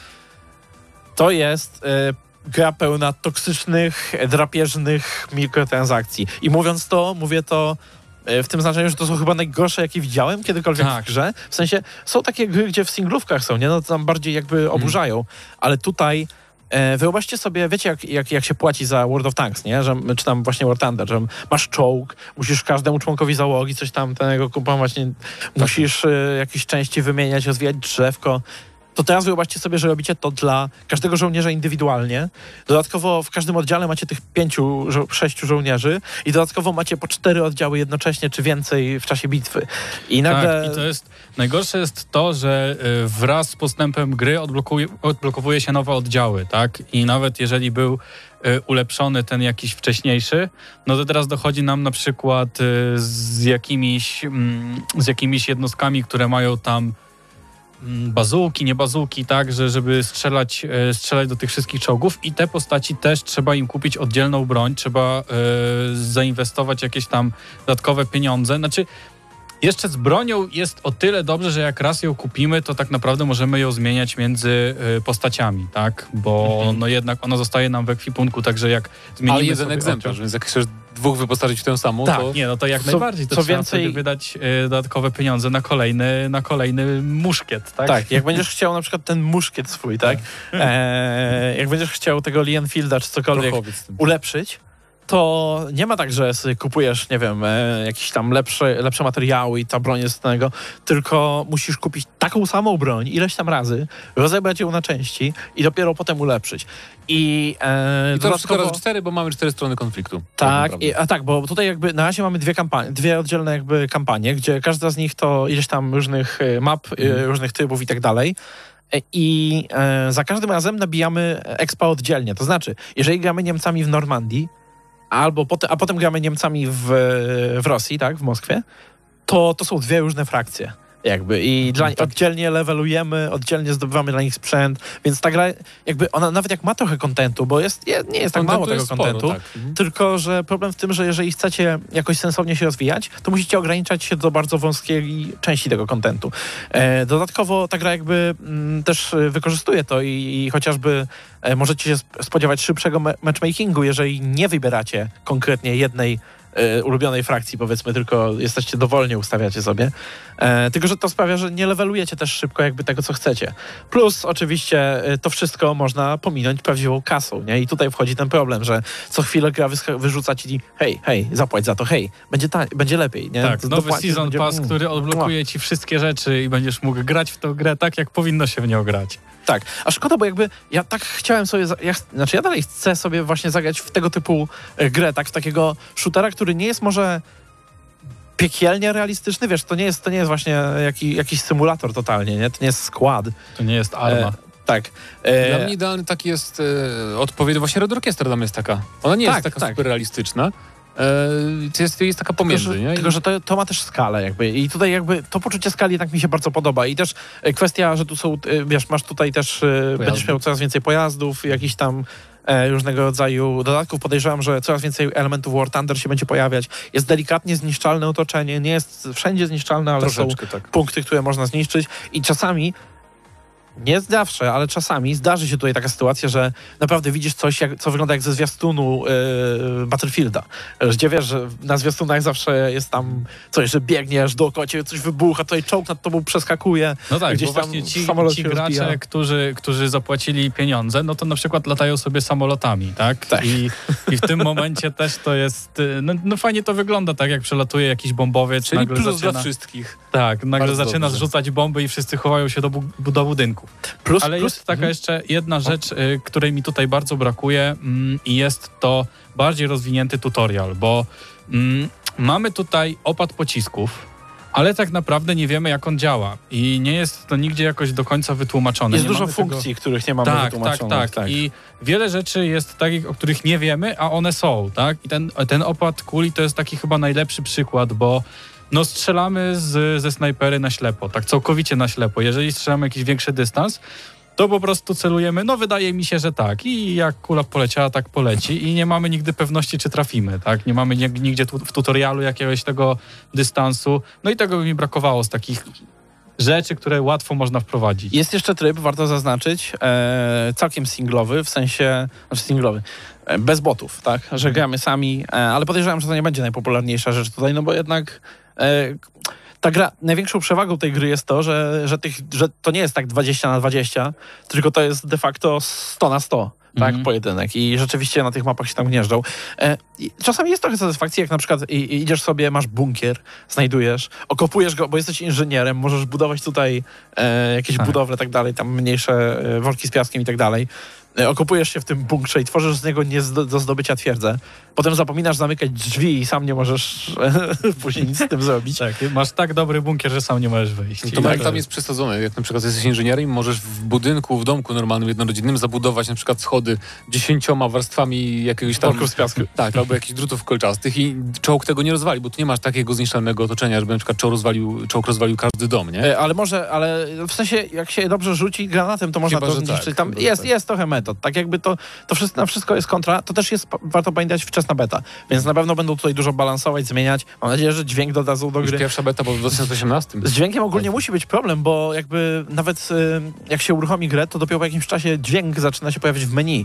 To jest gra pełna toksycznych, drapieżnych mikrotransakcji. I mówiąc to, mówię to w tym znaczeniu, że to są chyba najgorsze, jakie widziałem kiedykolwiek w grze. W sensie, są takie gry, gdzie w singlówkach są, nie? No to tam bardziej jakby oburzają. Ale tutaj wyobraźcie sobie, wiecie jak się płaci za World of Tanks, nie? Czy tam właśnie War Thunder, że masz czołg, musisz każdemu członkowi załogi coś tam tego kupować, musisz jakieś części wymieniać, rozwijać drzewko. To teraz wyobraźcie sobie, że robicie to dla każdego żołnierza indywidualnie. Dodatkowo w każdym oddziale macie tych 5-6 żołnierzy i dodatkowo macie po 4 oddziały jednocześnie, czy więcej w czasie bitwy. I nagle... Tak, i to jest... Najgorsze jest to, że wraz z postępem gry odblokowuje się nowe oddziały, tak? I nawet jeżeli był ulepszony ten jakiś wcześniejszy, no to teraz dochodzi nam na przykład z jakimiś jednostkami, które mają tam bazułki, nie bazułki, tak, żeby strzelać do tych wszystkich czołgów i te postaci też trzeba im kupić oddzielną broń, trzeba zainwestować jakieś tam dodatkowe pieniądze. Znaczy, jeszcze z bronią jest o tyle dobrze, że jak raz ją kupimy, to tak naprawdę możemy ją zmieniać między postaciami, tak, bo no jednak ona zostaje nam w ekwipunku, także jak zmienimy ale jeden sobie egzemplarz, więc jak chcesz dwóch wyposażyć w tę samą, tak, to... nie, no to jak najbardziej, to co trzeba więcej sobie wydać dodatkowe pieniądze na kolejny muszkiet, tak? Tak, jak będziesz chciał na przykład ten muszkiet swój, tak? Jak będziesz chciał tego Lienfielda czy cokolwiek ulepszyć, to nie ma tak, że kupujesz, nie wiem, jakieś tam lepsze materiały i ta broń jest tego, tylko musisz kupić taką samą broń ileś tam razy, rozebrać ją na części i dopiero potem ulepszyć. I to wszystko razy 4, bo mamy 4 strony konfliktu. Tak, bo tutaj jakby na razie mamy dwie oddzielne jakby kampanie, gdzie każda z nich to ileś tam różnych map, różnych trybów i tak dalej. I za każdym razem nabijamy expa oddzielnie. To znaczy, jeżeli gramy Niemcami w Normandii, a potem gramy Niemcami w Rosji, tak, w Moskwie, to są dwie różne frakcje. Jakby i oddzielnie levelujemy, oddzielnie zdobywamy dla nich sprzęt, więc ta gra jakby ona nawet jak ma trochę kontentu, bo nie jest tak mało tego kontentu, tak. Tylko że problem w tym, że jeżeli chcecie jakoś sensownie się rozwijać, to musicie ograniczać się do bardzo wąskiej części tego kontentu. Dodatkowo ta gra jakby też wykorzystuje to i chociażby możecie się spodziewać szybszego matchmakingu, jeżeli nie wybieracie konkretnie jednej ulubionej frakcji, powiedzmy, tylko jesteście dowolnie, ustawiacie sobie. Tylko że to sprawia, że nie levelujecie też szybko jakby tego, co chcecie. Plus oczywiście to wszystko można pominąć prawdziwą kasą, nie? I tutaj wchodzi ten problem, że co chwilę gra wyrzuca ci hej, zapłać za to, będzie lepiej, nie? Tak, nowy Season Pass, który odblokuje ci wszystkie rzeczy i będziesz mógł grać w tę grę tak, jak powinno się w nią grać. Tak, a szkoda, bo jakby ja tak chciałem sobie, ja dalej chcę sobie właśnie zagrać w tego typu grę, tak, w takiego shootera, który nie jest może piekielnie realistyczny, wiesz, to nie jest właśnie jakiś symulator totalnie, nie? To nie jest skład. To nie jest Arma. Tak. Dla mnie idealny taki jest odpowiedź, właśnie Red Orchestra dla mnie jest taka. Ona nie jest taka super realistyczna. Jest taka pomiędzy, nie? Tylko, że to ma też skalę jakby i tutaj jakby to poczucie skali jednak mi się bardzo podoba i też kwestia, że tu są, wiesz, masz tutaj też, będziesz miał coraz więcej pojazdów, jakichś tam różnego rodzaju dodatków. Podejrzewam, że coraz więcej elementów War Thunder się będzie pojawiać. Jest delikatnie zniszczalne otoczenie, nie jest wszędzie zniszczalne, ale troszeczkę, są tak. punkty, które można zniszczyć i czasami, nie zawsze, ale czasami zdarzy się tutaj taka sytuacja, że naprawdę widzisz coś, co wygląda jak ze zwiastunu Battlefielda. Gdzie wiesz, że na zwiastunach zawsze jest tam coś, że biegniesz dookoła ciebie, coś wybucha, tutaj czołg nad tobą przeskakuje. No tak, gdzieś bo tam właśnie samolot ci się rozbija. gracze, którzy zapłacili pieniądze, no to na przykład latają sobie samolotami, tak? Tak. I w tym momencie też to jest, no fajnie to wygląda, tak? Jak przelatuje jakiś bombowiec, Czyli nagle plus zaczyna, dla wszystkich. tak, nagle Bardzo zaczyna dobrze. zrzucać bomby i wszyscy chowają się do budynku. Ale jest taka jeszcze jedna rzecz, której mi tutaj bardzo brakuje i jest to bardziej rozwinięty tutorial, bo mamy tutaj opad pocisków, ale tak naprawdę nie wiemy, jak on działa i nie jest to nigdzie jakoś do końca wytłumaczone. Jest Nie dużo mamy funkcji, których nie mamy wytłumaczonych. Tak. I wiele rzeczy jest takich, o których nie wiemy, a one są, tak? I ten opad kuli to jest taki chyba najlepszy przykład, bo no strzelamy ze snajpery na ślepo, tak całkowicie na ślepo. Jeżeli strzelamy jakiś większy dystans, to po prostu celujemy, no wydaje mi się, że tak. I jak kula poleciała, tak poleci. I nie mamy nigdy pewności, czy trafimy, tak? Nie mamy nigdzie w tutorialu jakiegoś tego dystansu. No i tego by mi brakowało z takich rzeczy, które łatwo można wprowadzić. Jest jeszcze tryb, warto zaznaczyć, całkiem singlowy, w sensie, singlowy, bez botów, tak? Że gramy sami, ale podejrzewam, że to nie będzie najpopularniejsza rzecz tutaj, no bo jednak ta gra, największą przewagą tej gry jest to, że to nie jest tak 20/20, tylko to jest de facto 100/100. Tak, pojedynek i rzeczywiście na tych mapach się tam gnieżdżą. Czasami jest trochę satysfakcji, jak na przykład idziesz sobie, masz bunkier, znajdujesz, okopujesz go, bo jesteś inżynierem, możesz budować tutaj jakieś budowle, tak dalej, tam mniejsze worki z piaskiem i tak dalej. Okopujesz się w tym bunkrze i tworzysz z niego nie do zdobycia twierdzę. Potem zapominasz zamykać drzwi i sam nie możesz później nic z tym zrobić. Tak, masz tak dobry bunkier, że sam nie możesz wyjść. To tak, tam jest przesadzone. Jak na przykład jesteś inżynierem i możesz w budynku, w domku normalnym, jednorodzinnym zabudować na przykład schody 10 warstwami jakiegoś tam... Worków z piasku. Tak, albo jakichś drutów kolczastych i czołg tego nie rozwali, bo tu nie masz takiego zniszczalnego otoczenia, żeby na przykład czołg rozwalił każdy dom, nie? Ale w sensie, jak się dobrze rzuci granatem, to można Chyba, to że zniszczyć. tak, Tam chyba, że jest trochę metod. Tak jakby to wszystko, na wszystko jest kontra. To też jest, warto pamiętać, wczesna beta. Więc na pewno będą tutaj dużo balansować, zmieniać. Mam nadzieję, że dźwięk dodadzą do Już gry. pierwsza beta była w 2018. Z dźwiękiem ogólnie musi być problem, bo jakby nawet jak się uruchomi grę, to dopiero po jakimś czasie dźwięk zaczyna się pojawiać w menu.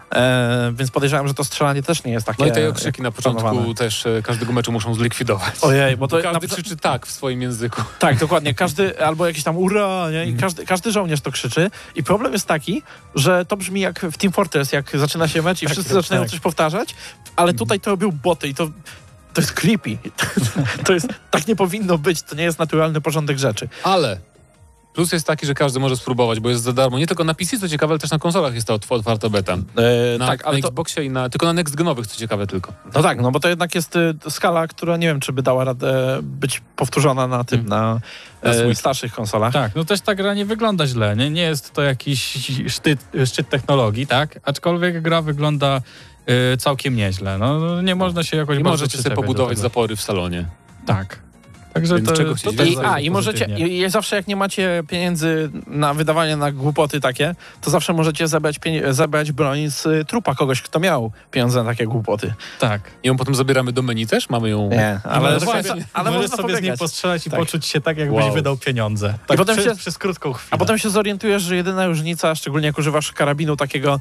Więc podejrzewam, że to strzelanie też nie jest takie... No i te okrzyki na początku planowane. też każdego meczu muszą zlikwidować. Ojej, bo to... Każdy krzyczy tak w swoim języku. Tak, dokładnie. Każdy, albo jakiś tam ura, nie? I każdy żołnierz to krzyczy. I problem jest taki, że to brzmi jak w Team Fortress, jak zaczyna się mecz i wszyscy zaczynają coś powtarzać, ale tutaj to robią boty i to jest creepy. To jest, tak nie powinno być, to nie jest naturalny porządek rzeczy. Ale plus jest taki, że każdy może spróbować, bo jest za darmo. Nie tylko na PC, co ciekawe, ale też na konsolach jest ta otwarta beta. Tak, ale na to... Xboxie tylko na next genowych, co ciekawe tylko. No tak, no bo to jednak jest skala, która nie wiem, czy by dała radę być powtórzona na tym, na starszych konsolach. Tak, no też ta gra nie wygląda źle, nie jest to jakiś szczyt technologii, tak? Aczkolwiek gra wygląda całkiem nieźle. No nie można się jakoś I bardzo możecie sobie przyczepiać do pobudować tego. zapory w salonie. Tak. Także Więc czego chcieć? też I możecie, pozytywnie. i zawsze jak nie macie pieniędzy na wydawanie na głupoty takie, to zawsze możecie zebrać broń z trupa kogoś, kto miał pieniądze na takie głupoty. Tak. I ją potem zabieramy do menu też? Mamy ją... Nie, Ale możesz można sobie z niej pobiegać. postrzelać i Tak. poczuć się tak, jakbyś Wow. wydał pieniądze. Tak, potem przez krótką chwilę. A potem się zorientujesz, że jedyna różnica, szczególnie jak używasz karabinu takiego,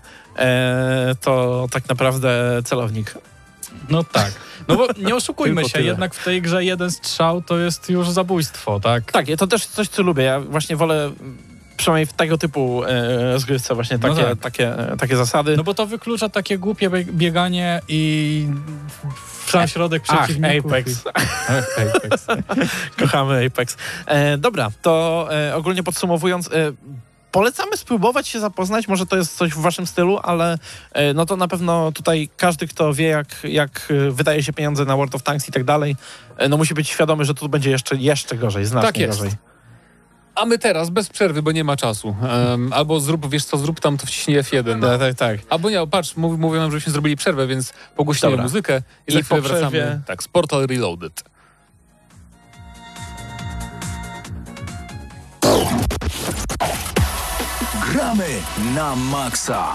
to tak naprawdę celownik. No tak. No bo nie oszukujmy Tylko się, tyle. jednak w tej grze jeden strzał to jest już zabójstwo, tak? Tak, to też coś, co lubię. Ja właśnie wolę przynajmniej w tego typu zgrywce właśnie No takie zasady. No bo to wyklucza takie głupie bieganie i w sam środek przeciwników. Apex. Apex. Kochamy Apex. Dobra, to ogólnie podsumowując, polecamy spróbować się zapoznać, może to jest coś w waszym stylu, ale no to na pewno tutaj każdy, kto wie, jak wydaje się pieniądze na World of Tanks i tak dalej, no musi być świadomy, że tu będzie jeszcze gorzej, znacznie Tak jest. gorzej. A my teraz, bez przerwy, bo nie ma czasu. Albo zrób tam, to wciśnij F1. Tak. Albo nie, patrz, mówią nam, żebyśmy zrobili przerwę, więc pogłośnimy Dobra. muzykę i I za chwilę po przerwie- wracamy. Tak, z Portal Reloaded. Gramy na maksa.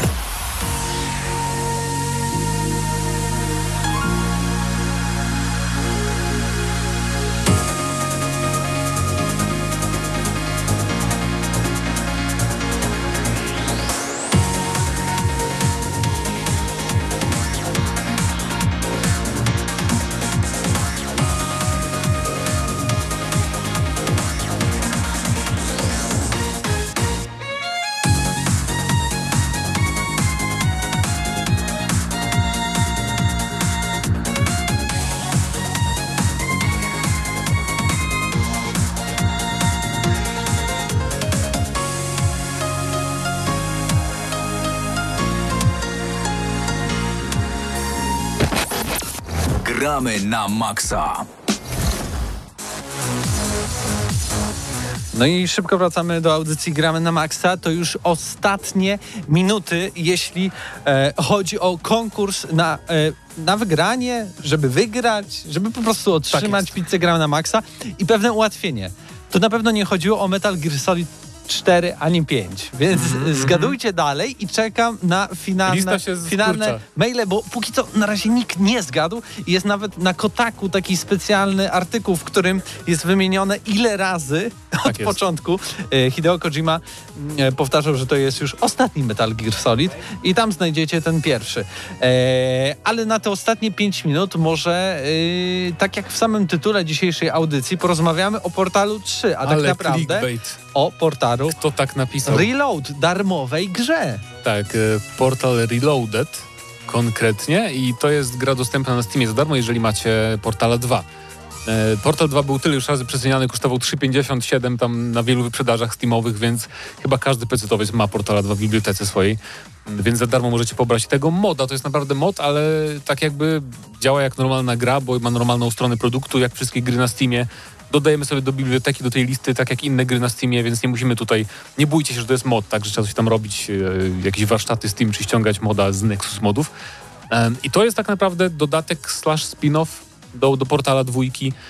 Gramy na maksa. No i szybko wracamy do audycji Gramy na Maxa. To już ostatnie minuty, jeśli chodzi o konkurs na wygranie, żeby wygrać, żeby po prostu otrzymać pizzę Gramy na Maxa i pewne ułatwienie. To na pewno nie chodziło o Metal Gear Solid 4 ani 5, więc zgadujcie dalej i czekam na Lista się finalne skurcza. maile, bo póki co na razie nikt nie zgadł. Jest nawet na Kotaku taki specjalny artykuł, w którym jest wymienione ile razy od jest. początku Hideo Kojima powtarzał, że to jest już ostatni Metal Gear Solid i tam znajdziecie ten pierwszy. Ale na te ostatnie 5 minut może, tak jak w samym tytule dzisiejszej audycji, porozmawiamy o Portalu 3, a tak Ale naprawdę clickbait. o Portalu Kto tak napisał? Reload, darmowej grze. Tak, Portal Reloaded konkretnie i to jest gra dostępna na Steamie za darmo, jeżeli macie Portala 2. Portal 2 był tyle już razy przeceniany, kosztował 3,57 tam na wielu wyprzedażach steamowych, więc chyba każdy pecetowiec ma Portala 2 w bibliotece swojej, więc za darmo możecie pobrać tego moda. To jest naprawdę mod, ale tak jakby działa jak normalna gra, bo ma normalną stronę produktu, jak wszystkie gry na Steamie. Dodajemy sobie do biblioteki, do tej listy, tak jak inne gry na Steamie, więc nie musimy tutaj, nie bójcie się, że to jest mod, tak, że trzeba coś tam robić, jakieś warsztaty Steam, czy ściągać moda z Nexus modów. I to jest tak naprawdę dodatek / spin-off do Portala 2,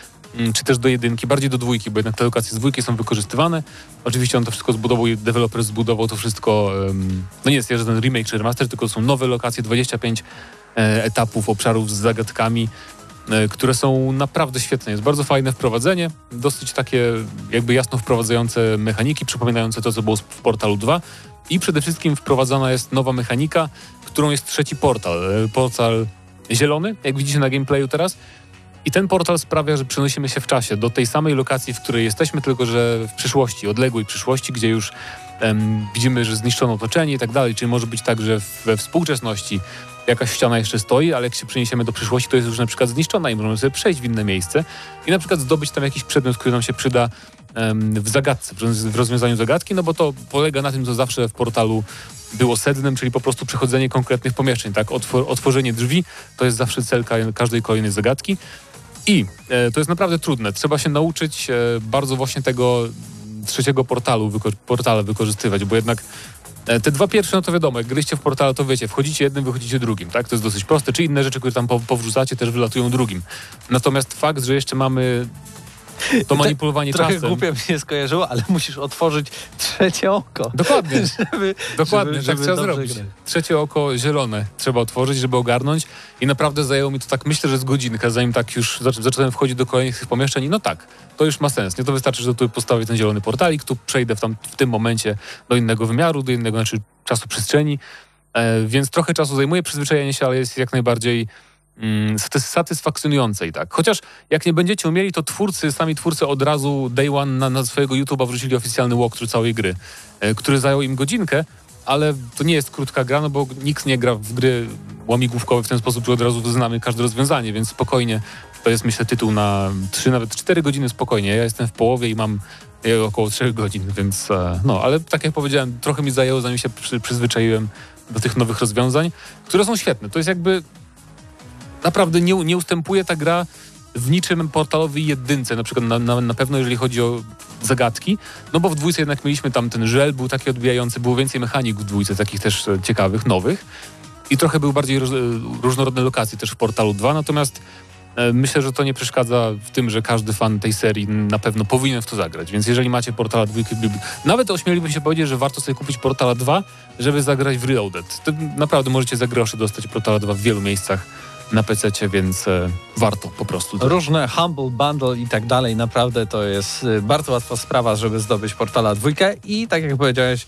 czy też do 1, bardziej do 2, bo jednak te lokacje z 2 są wykorzystywane. Oczywiście on to wszystko zbudował i deweloper zbudował to wszystko, no nie jest żaden remake czy remaster, tylko są nowe lokacje, 25 etapów, obszarów z zagadkami, które są naprawdę świetne. Jest bardzo fajne wprowadzenie, dosyć takie jakby jasno wprowadzające mechaniki, przypominające to, co było w Portalu 2 i przede wszystkim wprowadzana jest nowa mechanika, którą jest trzeci portal. Portal zielony, jak widzicie na gameplayu teraz. I ten portal sprawia, że przenosimy się w czasie do tej samej lokacji, w której jesteśmy, tylko że w przyszłości, odległej przyszłości, gdzie już widzimy, że zniszczono otoczenie i tak dalej. Czyli może być tak, że we współczesności jakaś ściana jeszcze stoi, ale jak się przeniesiemy do przyszłości, to jest już na przykład zniszczona i możemy sobie przejść w inne miejsce i na przykład zdobyć tam jakiś przedmiot, który nam się przyda w zagadce, w rozwiązaniu zagadki, no bo to polega na tym, co zawsze w portalu było sednem, czyli po prostu przechodzenie konkretnych pomieszczeń, tak? Otworzenie drzwi to jest zawsze cel każdej kolejnej zagadki i to jest naprawdę trudne. Trzeba się nauczyć bardzo właśnie tego trzeciego portala wykorzystywać, bo jednak te dwa pierwsze, no to wiadomo, jak gryście w portale, to wiecie, wchodzicie jednym, wychodzicie drugim, tak? To jest dosyć proste, czy inne rzeczy, które tam powrzucacie, też wylatują drugim. Natomiast fakt, że jeszcze mamy to manipulowanie Trochę czasem. głupio mi się skojarzyło, ale musisz otworzyć trzecie oko. Dokładnie. Dokładnie, żeby tak trzeba dobrze zrobić. grać. Trzecie oko zielone trzeba otworzyć, żeby ogarnąć i naprawdę zajęło mi to tak, myślę, że z godzinkę, zanim tak już zacząłem wchodzić do kolejnych tych pomieszczeń i no tak, to już ma sens. Nie to wystarczy, że tu postawię ten zielony portalik, tu przejdę w tym momencie do innego wymiaru, do innego czasu przestrzeni, więc trochę czasu zajmuje przyzwyczajenie się, ale jest jak najbardziej satysfakcjonujące i tak. Chociaż jak nie będziecie umieli, to sami twórcy od razu day one na swojego YouTube'a wrzucili oficjalny walkthrough całej gry, który zajął im godzinkę, ale to nie jest krótka gra, no bo nikt nie gra w gry łamigłówkowe w ten sposób, że od razu znamy każde rozwiązanie, więc spokojnie to jest, myślę, tytuł na 3, nawet 4 godziny spokojnie. Ja jestem w połowie i mam około 3 godzin, więc ale tak jak powiedziałem, trochę mi zajęło, zanim się przyzwyczaiłem do tych nowych rozwiązań, które są świetne. To jest jakby naprawdę nie ustępuje ta gra w niczym portalowej jedynce, na przykład na pewno jeżeli chodzi o zagadki, no bo w dwójce jednak mieliśmy tam ten żel, był taki odbijający, było więcej mechanik w dwójce, takich też ciekawych, nowych i trochę były bardziej różnorodne lokacje też w Portalu 2, natomiast myślę, że to nie przeszkadza w tym, że każdy fan tej serii na pewno powinien w to zagrać, więc jeżeli macie Portala 2, nawet ośmieliłbym się powiedzieć, że warto sobie kupić Portala 2, żeby zagrać w Reloaded. To naprawdę możecie za grosze dostać Portala 2 w wielu miejscach na PC-cie, więc warto po prostu. Różne Humble Bundle i tak dalej, naprawdę to jest bardzo łatwa sprawa, żeby zdobyć Portala 2 i tak jak powiedziałeś,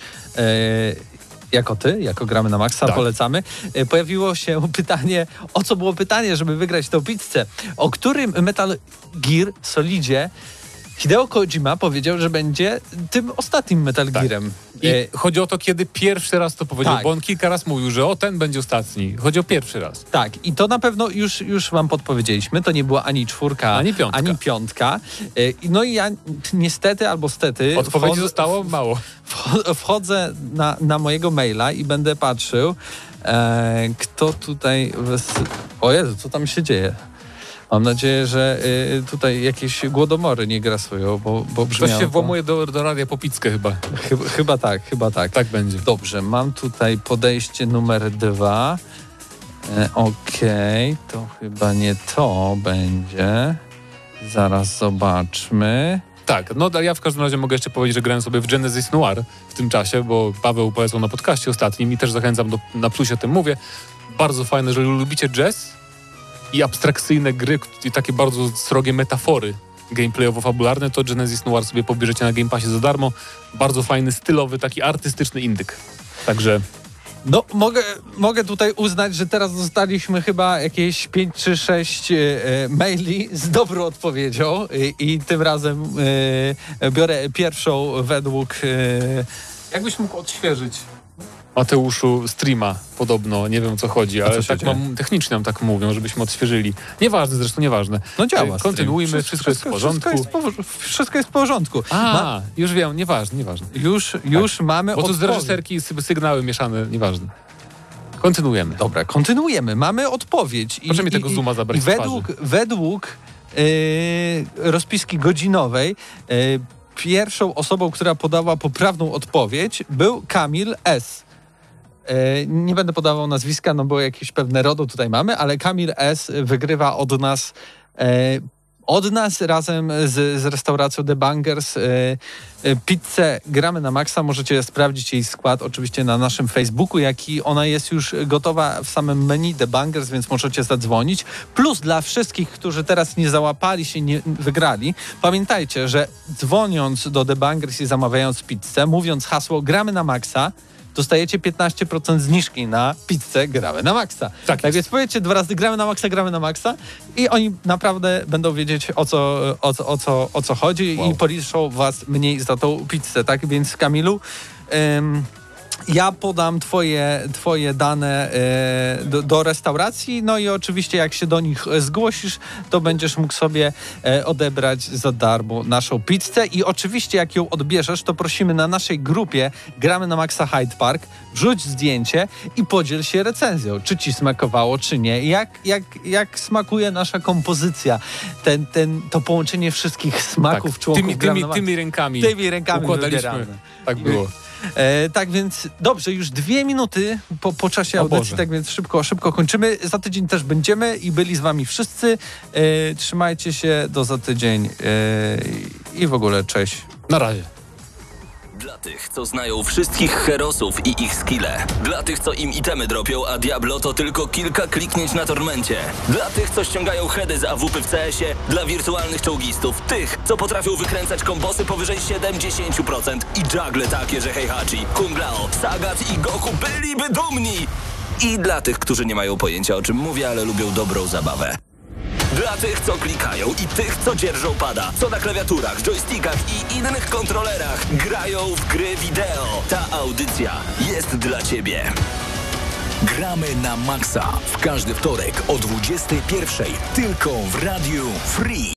jako Gramy na Maxa, tak. Polecamy. Pojawiło się pytanie, o co było pytanie, żeby wygrać tę pizzę? O którym Metal Gear Solidzie Hideo Kojima powiedział, że będzie tym ostatnim Metal Gearem. I chodzi o to, kiedy pierwszy raz to powiedział, bo on kilka razy mówił, że ten będzie ostatni. Chodzi o pierwszy raz. Tak, i to na pewno już wam podpowiedzieliśmy. To nie była ani 4, ani 5. No i ja niestety albo stety... Odpowiedzi zostało mało. Wchodzę na mojego maila i będę patrzył, kto tutaj... O Jezu, co tam się dzieje? Mam nadzieję, że tutaj jakieś głodomory nie grasują, bo brzmiało... Ktoś się włamuje do radia po pizzkę chyba. Chyba tak. Tak będzie. Dobrze, mam tutaj podejście numer 2. Okej, to chyba nie to będzie. Zaraz zobaczmy. Tak, no ja w każdym razie mogę jeszcze powiedzieć, że grałem sobie w Genesis Noir w tym czasie, bo Paweł polecał na podcaście ostatnim i też zachęcam na plusie o tym mówię. Bardzo fajne, jeżeli lubicie jazz i abstrakcyjne gry i takie bardzo srogie metafory gameplayowo-fabularne, to Genesis Noir sobie pobierzecie na Game Passie za darmo. Bardzo fajny, stylowy, taki artystyczny indyk. Także... No, mogę tutaj uznać, że teraz dostaliśmy chyba jakieś 5 czy 6 maili z dobrą odpowiedzią i tym razem biorę pierwszą według... Jakbyś mógł odświeżyć Mateuszu streama podobno, nie wiem o co chodzi, ale tak technicznie nam tak mówią, żebyśmy odświeżyli. Nieważne zresztą, nieważne. No działa. Kontynuujmy, wszystko jest w porządku. Wszystko jest w porządku. Już wiem, nieważne. Już mamy bo tu odpowiedź. z reżyserki sygnały mieszane, nieważne. Kontynuujemy. Dobra, kontynuujemy. Mamy odpowiedź. Proszę mi tego zooma zabrać z według rozpiski godzinowej pierwszą osobą, która podała poprawną odpowiedź, był Kamil S. Nie będę podawał nazwiska, no bo jakieś pewne RODO tutaj mamy, ale Kamil S. wygrywa od nas razem z restauracją The Bangers pizzę Gramy na Maxa. Możecie sprawdzić jej skład oczywiście na naszym Facebooku, jak i ona jest już gotowa w samym menu The Bangers, więc możecie zadzwonić. Plus dla wszystkich, którzy teraz nie załapali się, nie wygrali, pamiętajcie, że dzwoniąc do The Bangers i zamawiając pizzę, mówiąc hasło Gramy na Maxa, dostajecie 15% zniżki na pizzę Gramy na Maxa. Tak więc powiedzcie 2 razy Gramy na Maxa i oni naprawdę będą wiedzieć o co chodzi i policzą was mniej za tą pizzę. Tak więc Kamilu, ja podam twoje dane do restauracji, no i oczywiście jak się do nich zgłosisz, to będziesz mógł sobie odebrać za darmo naszą pizzę i oczywiście jak ją odbierzesz, to prosimy na naszej grupie Gramy na Maxa Hyde Park, wrzuć zdjęcie i podziel się recenzją, czy ci smakowało, czy nie. Jak smakuje nasza kompozycja, to połączenie wszystkich smaków członków tymi rękami układaliśmy. Tak było. Tak więc dobrze, już 2 minuty po czasie audycji, tak więc szybko kończymy. Za tydzień też będziemy i byli z wami wszyscy. Trzymajcie się, do za tydzień i w ogóle cześć. Na razie. Dla tych, co znają wszystkich herosów i ich skille. Dla tych, co im itemy dropią, a Diablo to tylko kilka kliknięć na tormencie. Dla tych, co ściągają heady z AWP w CS-ie. Dla wirtualnych czołgistów. Tych, co potrafią wykręcać kombosy powyżej 70% i juggle takie, że Heihachi, Kung Lao, Sagat i Goku byliby dumni. I dla tych, którzy nie mają pojęcia o czym mówię, ale lubią dobrą zabawę. Dla tych, co klikają i tych, co dzierżą pada, co na klawiaturach, joystickach i innych kontrolerach grają w gry wideo. Ta audycja jest dla ciebie. Gramy na Maxa w każdy wtorek o 21:00 tylko w Radiu Free.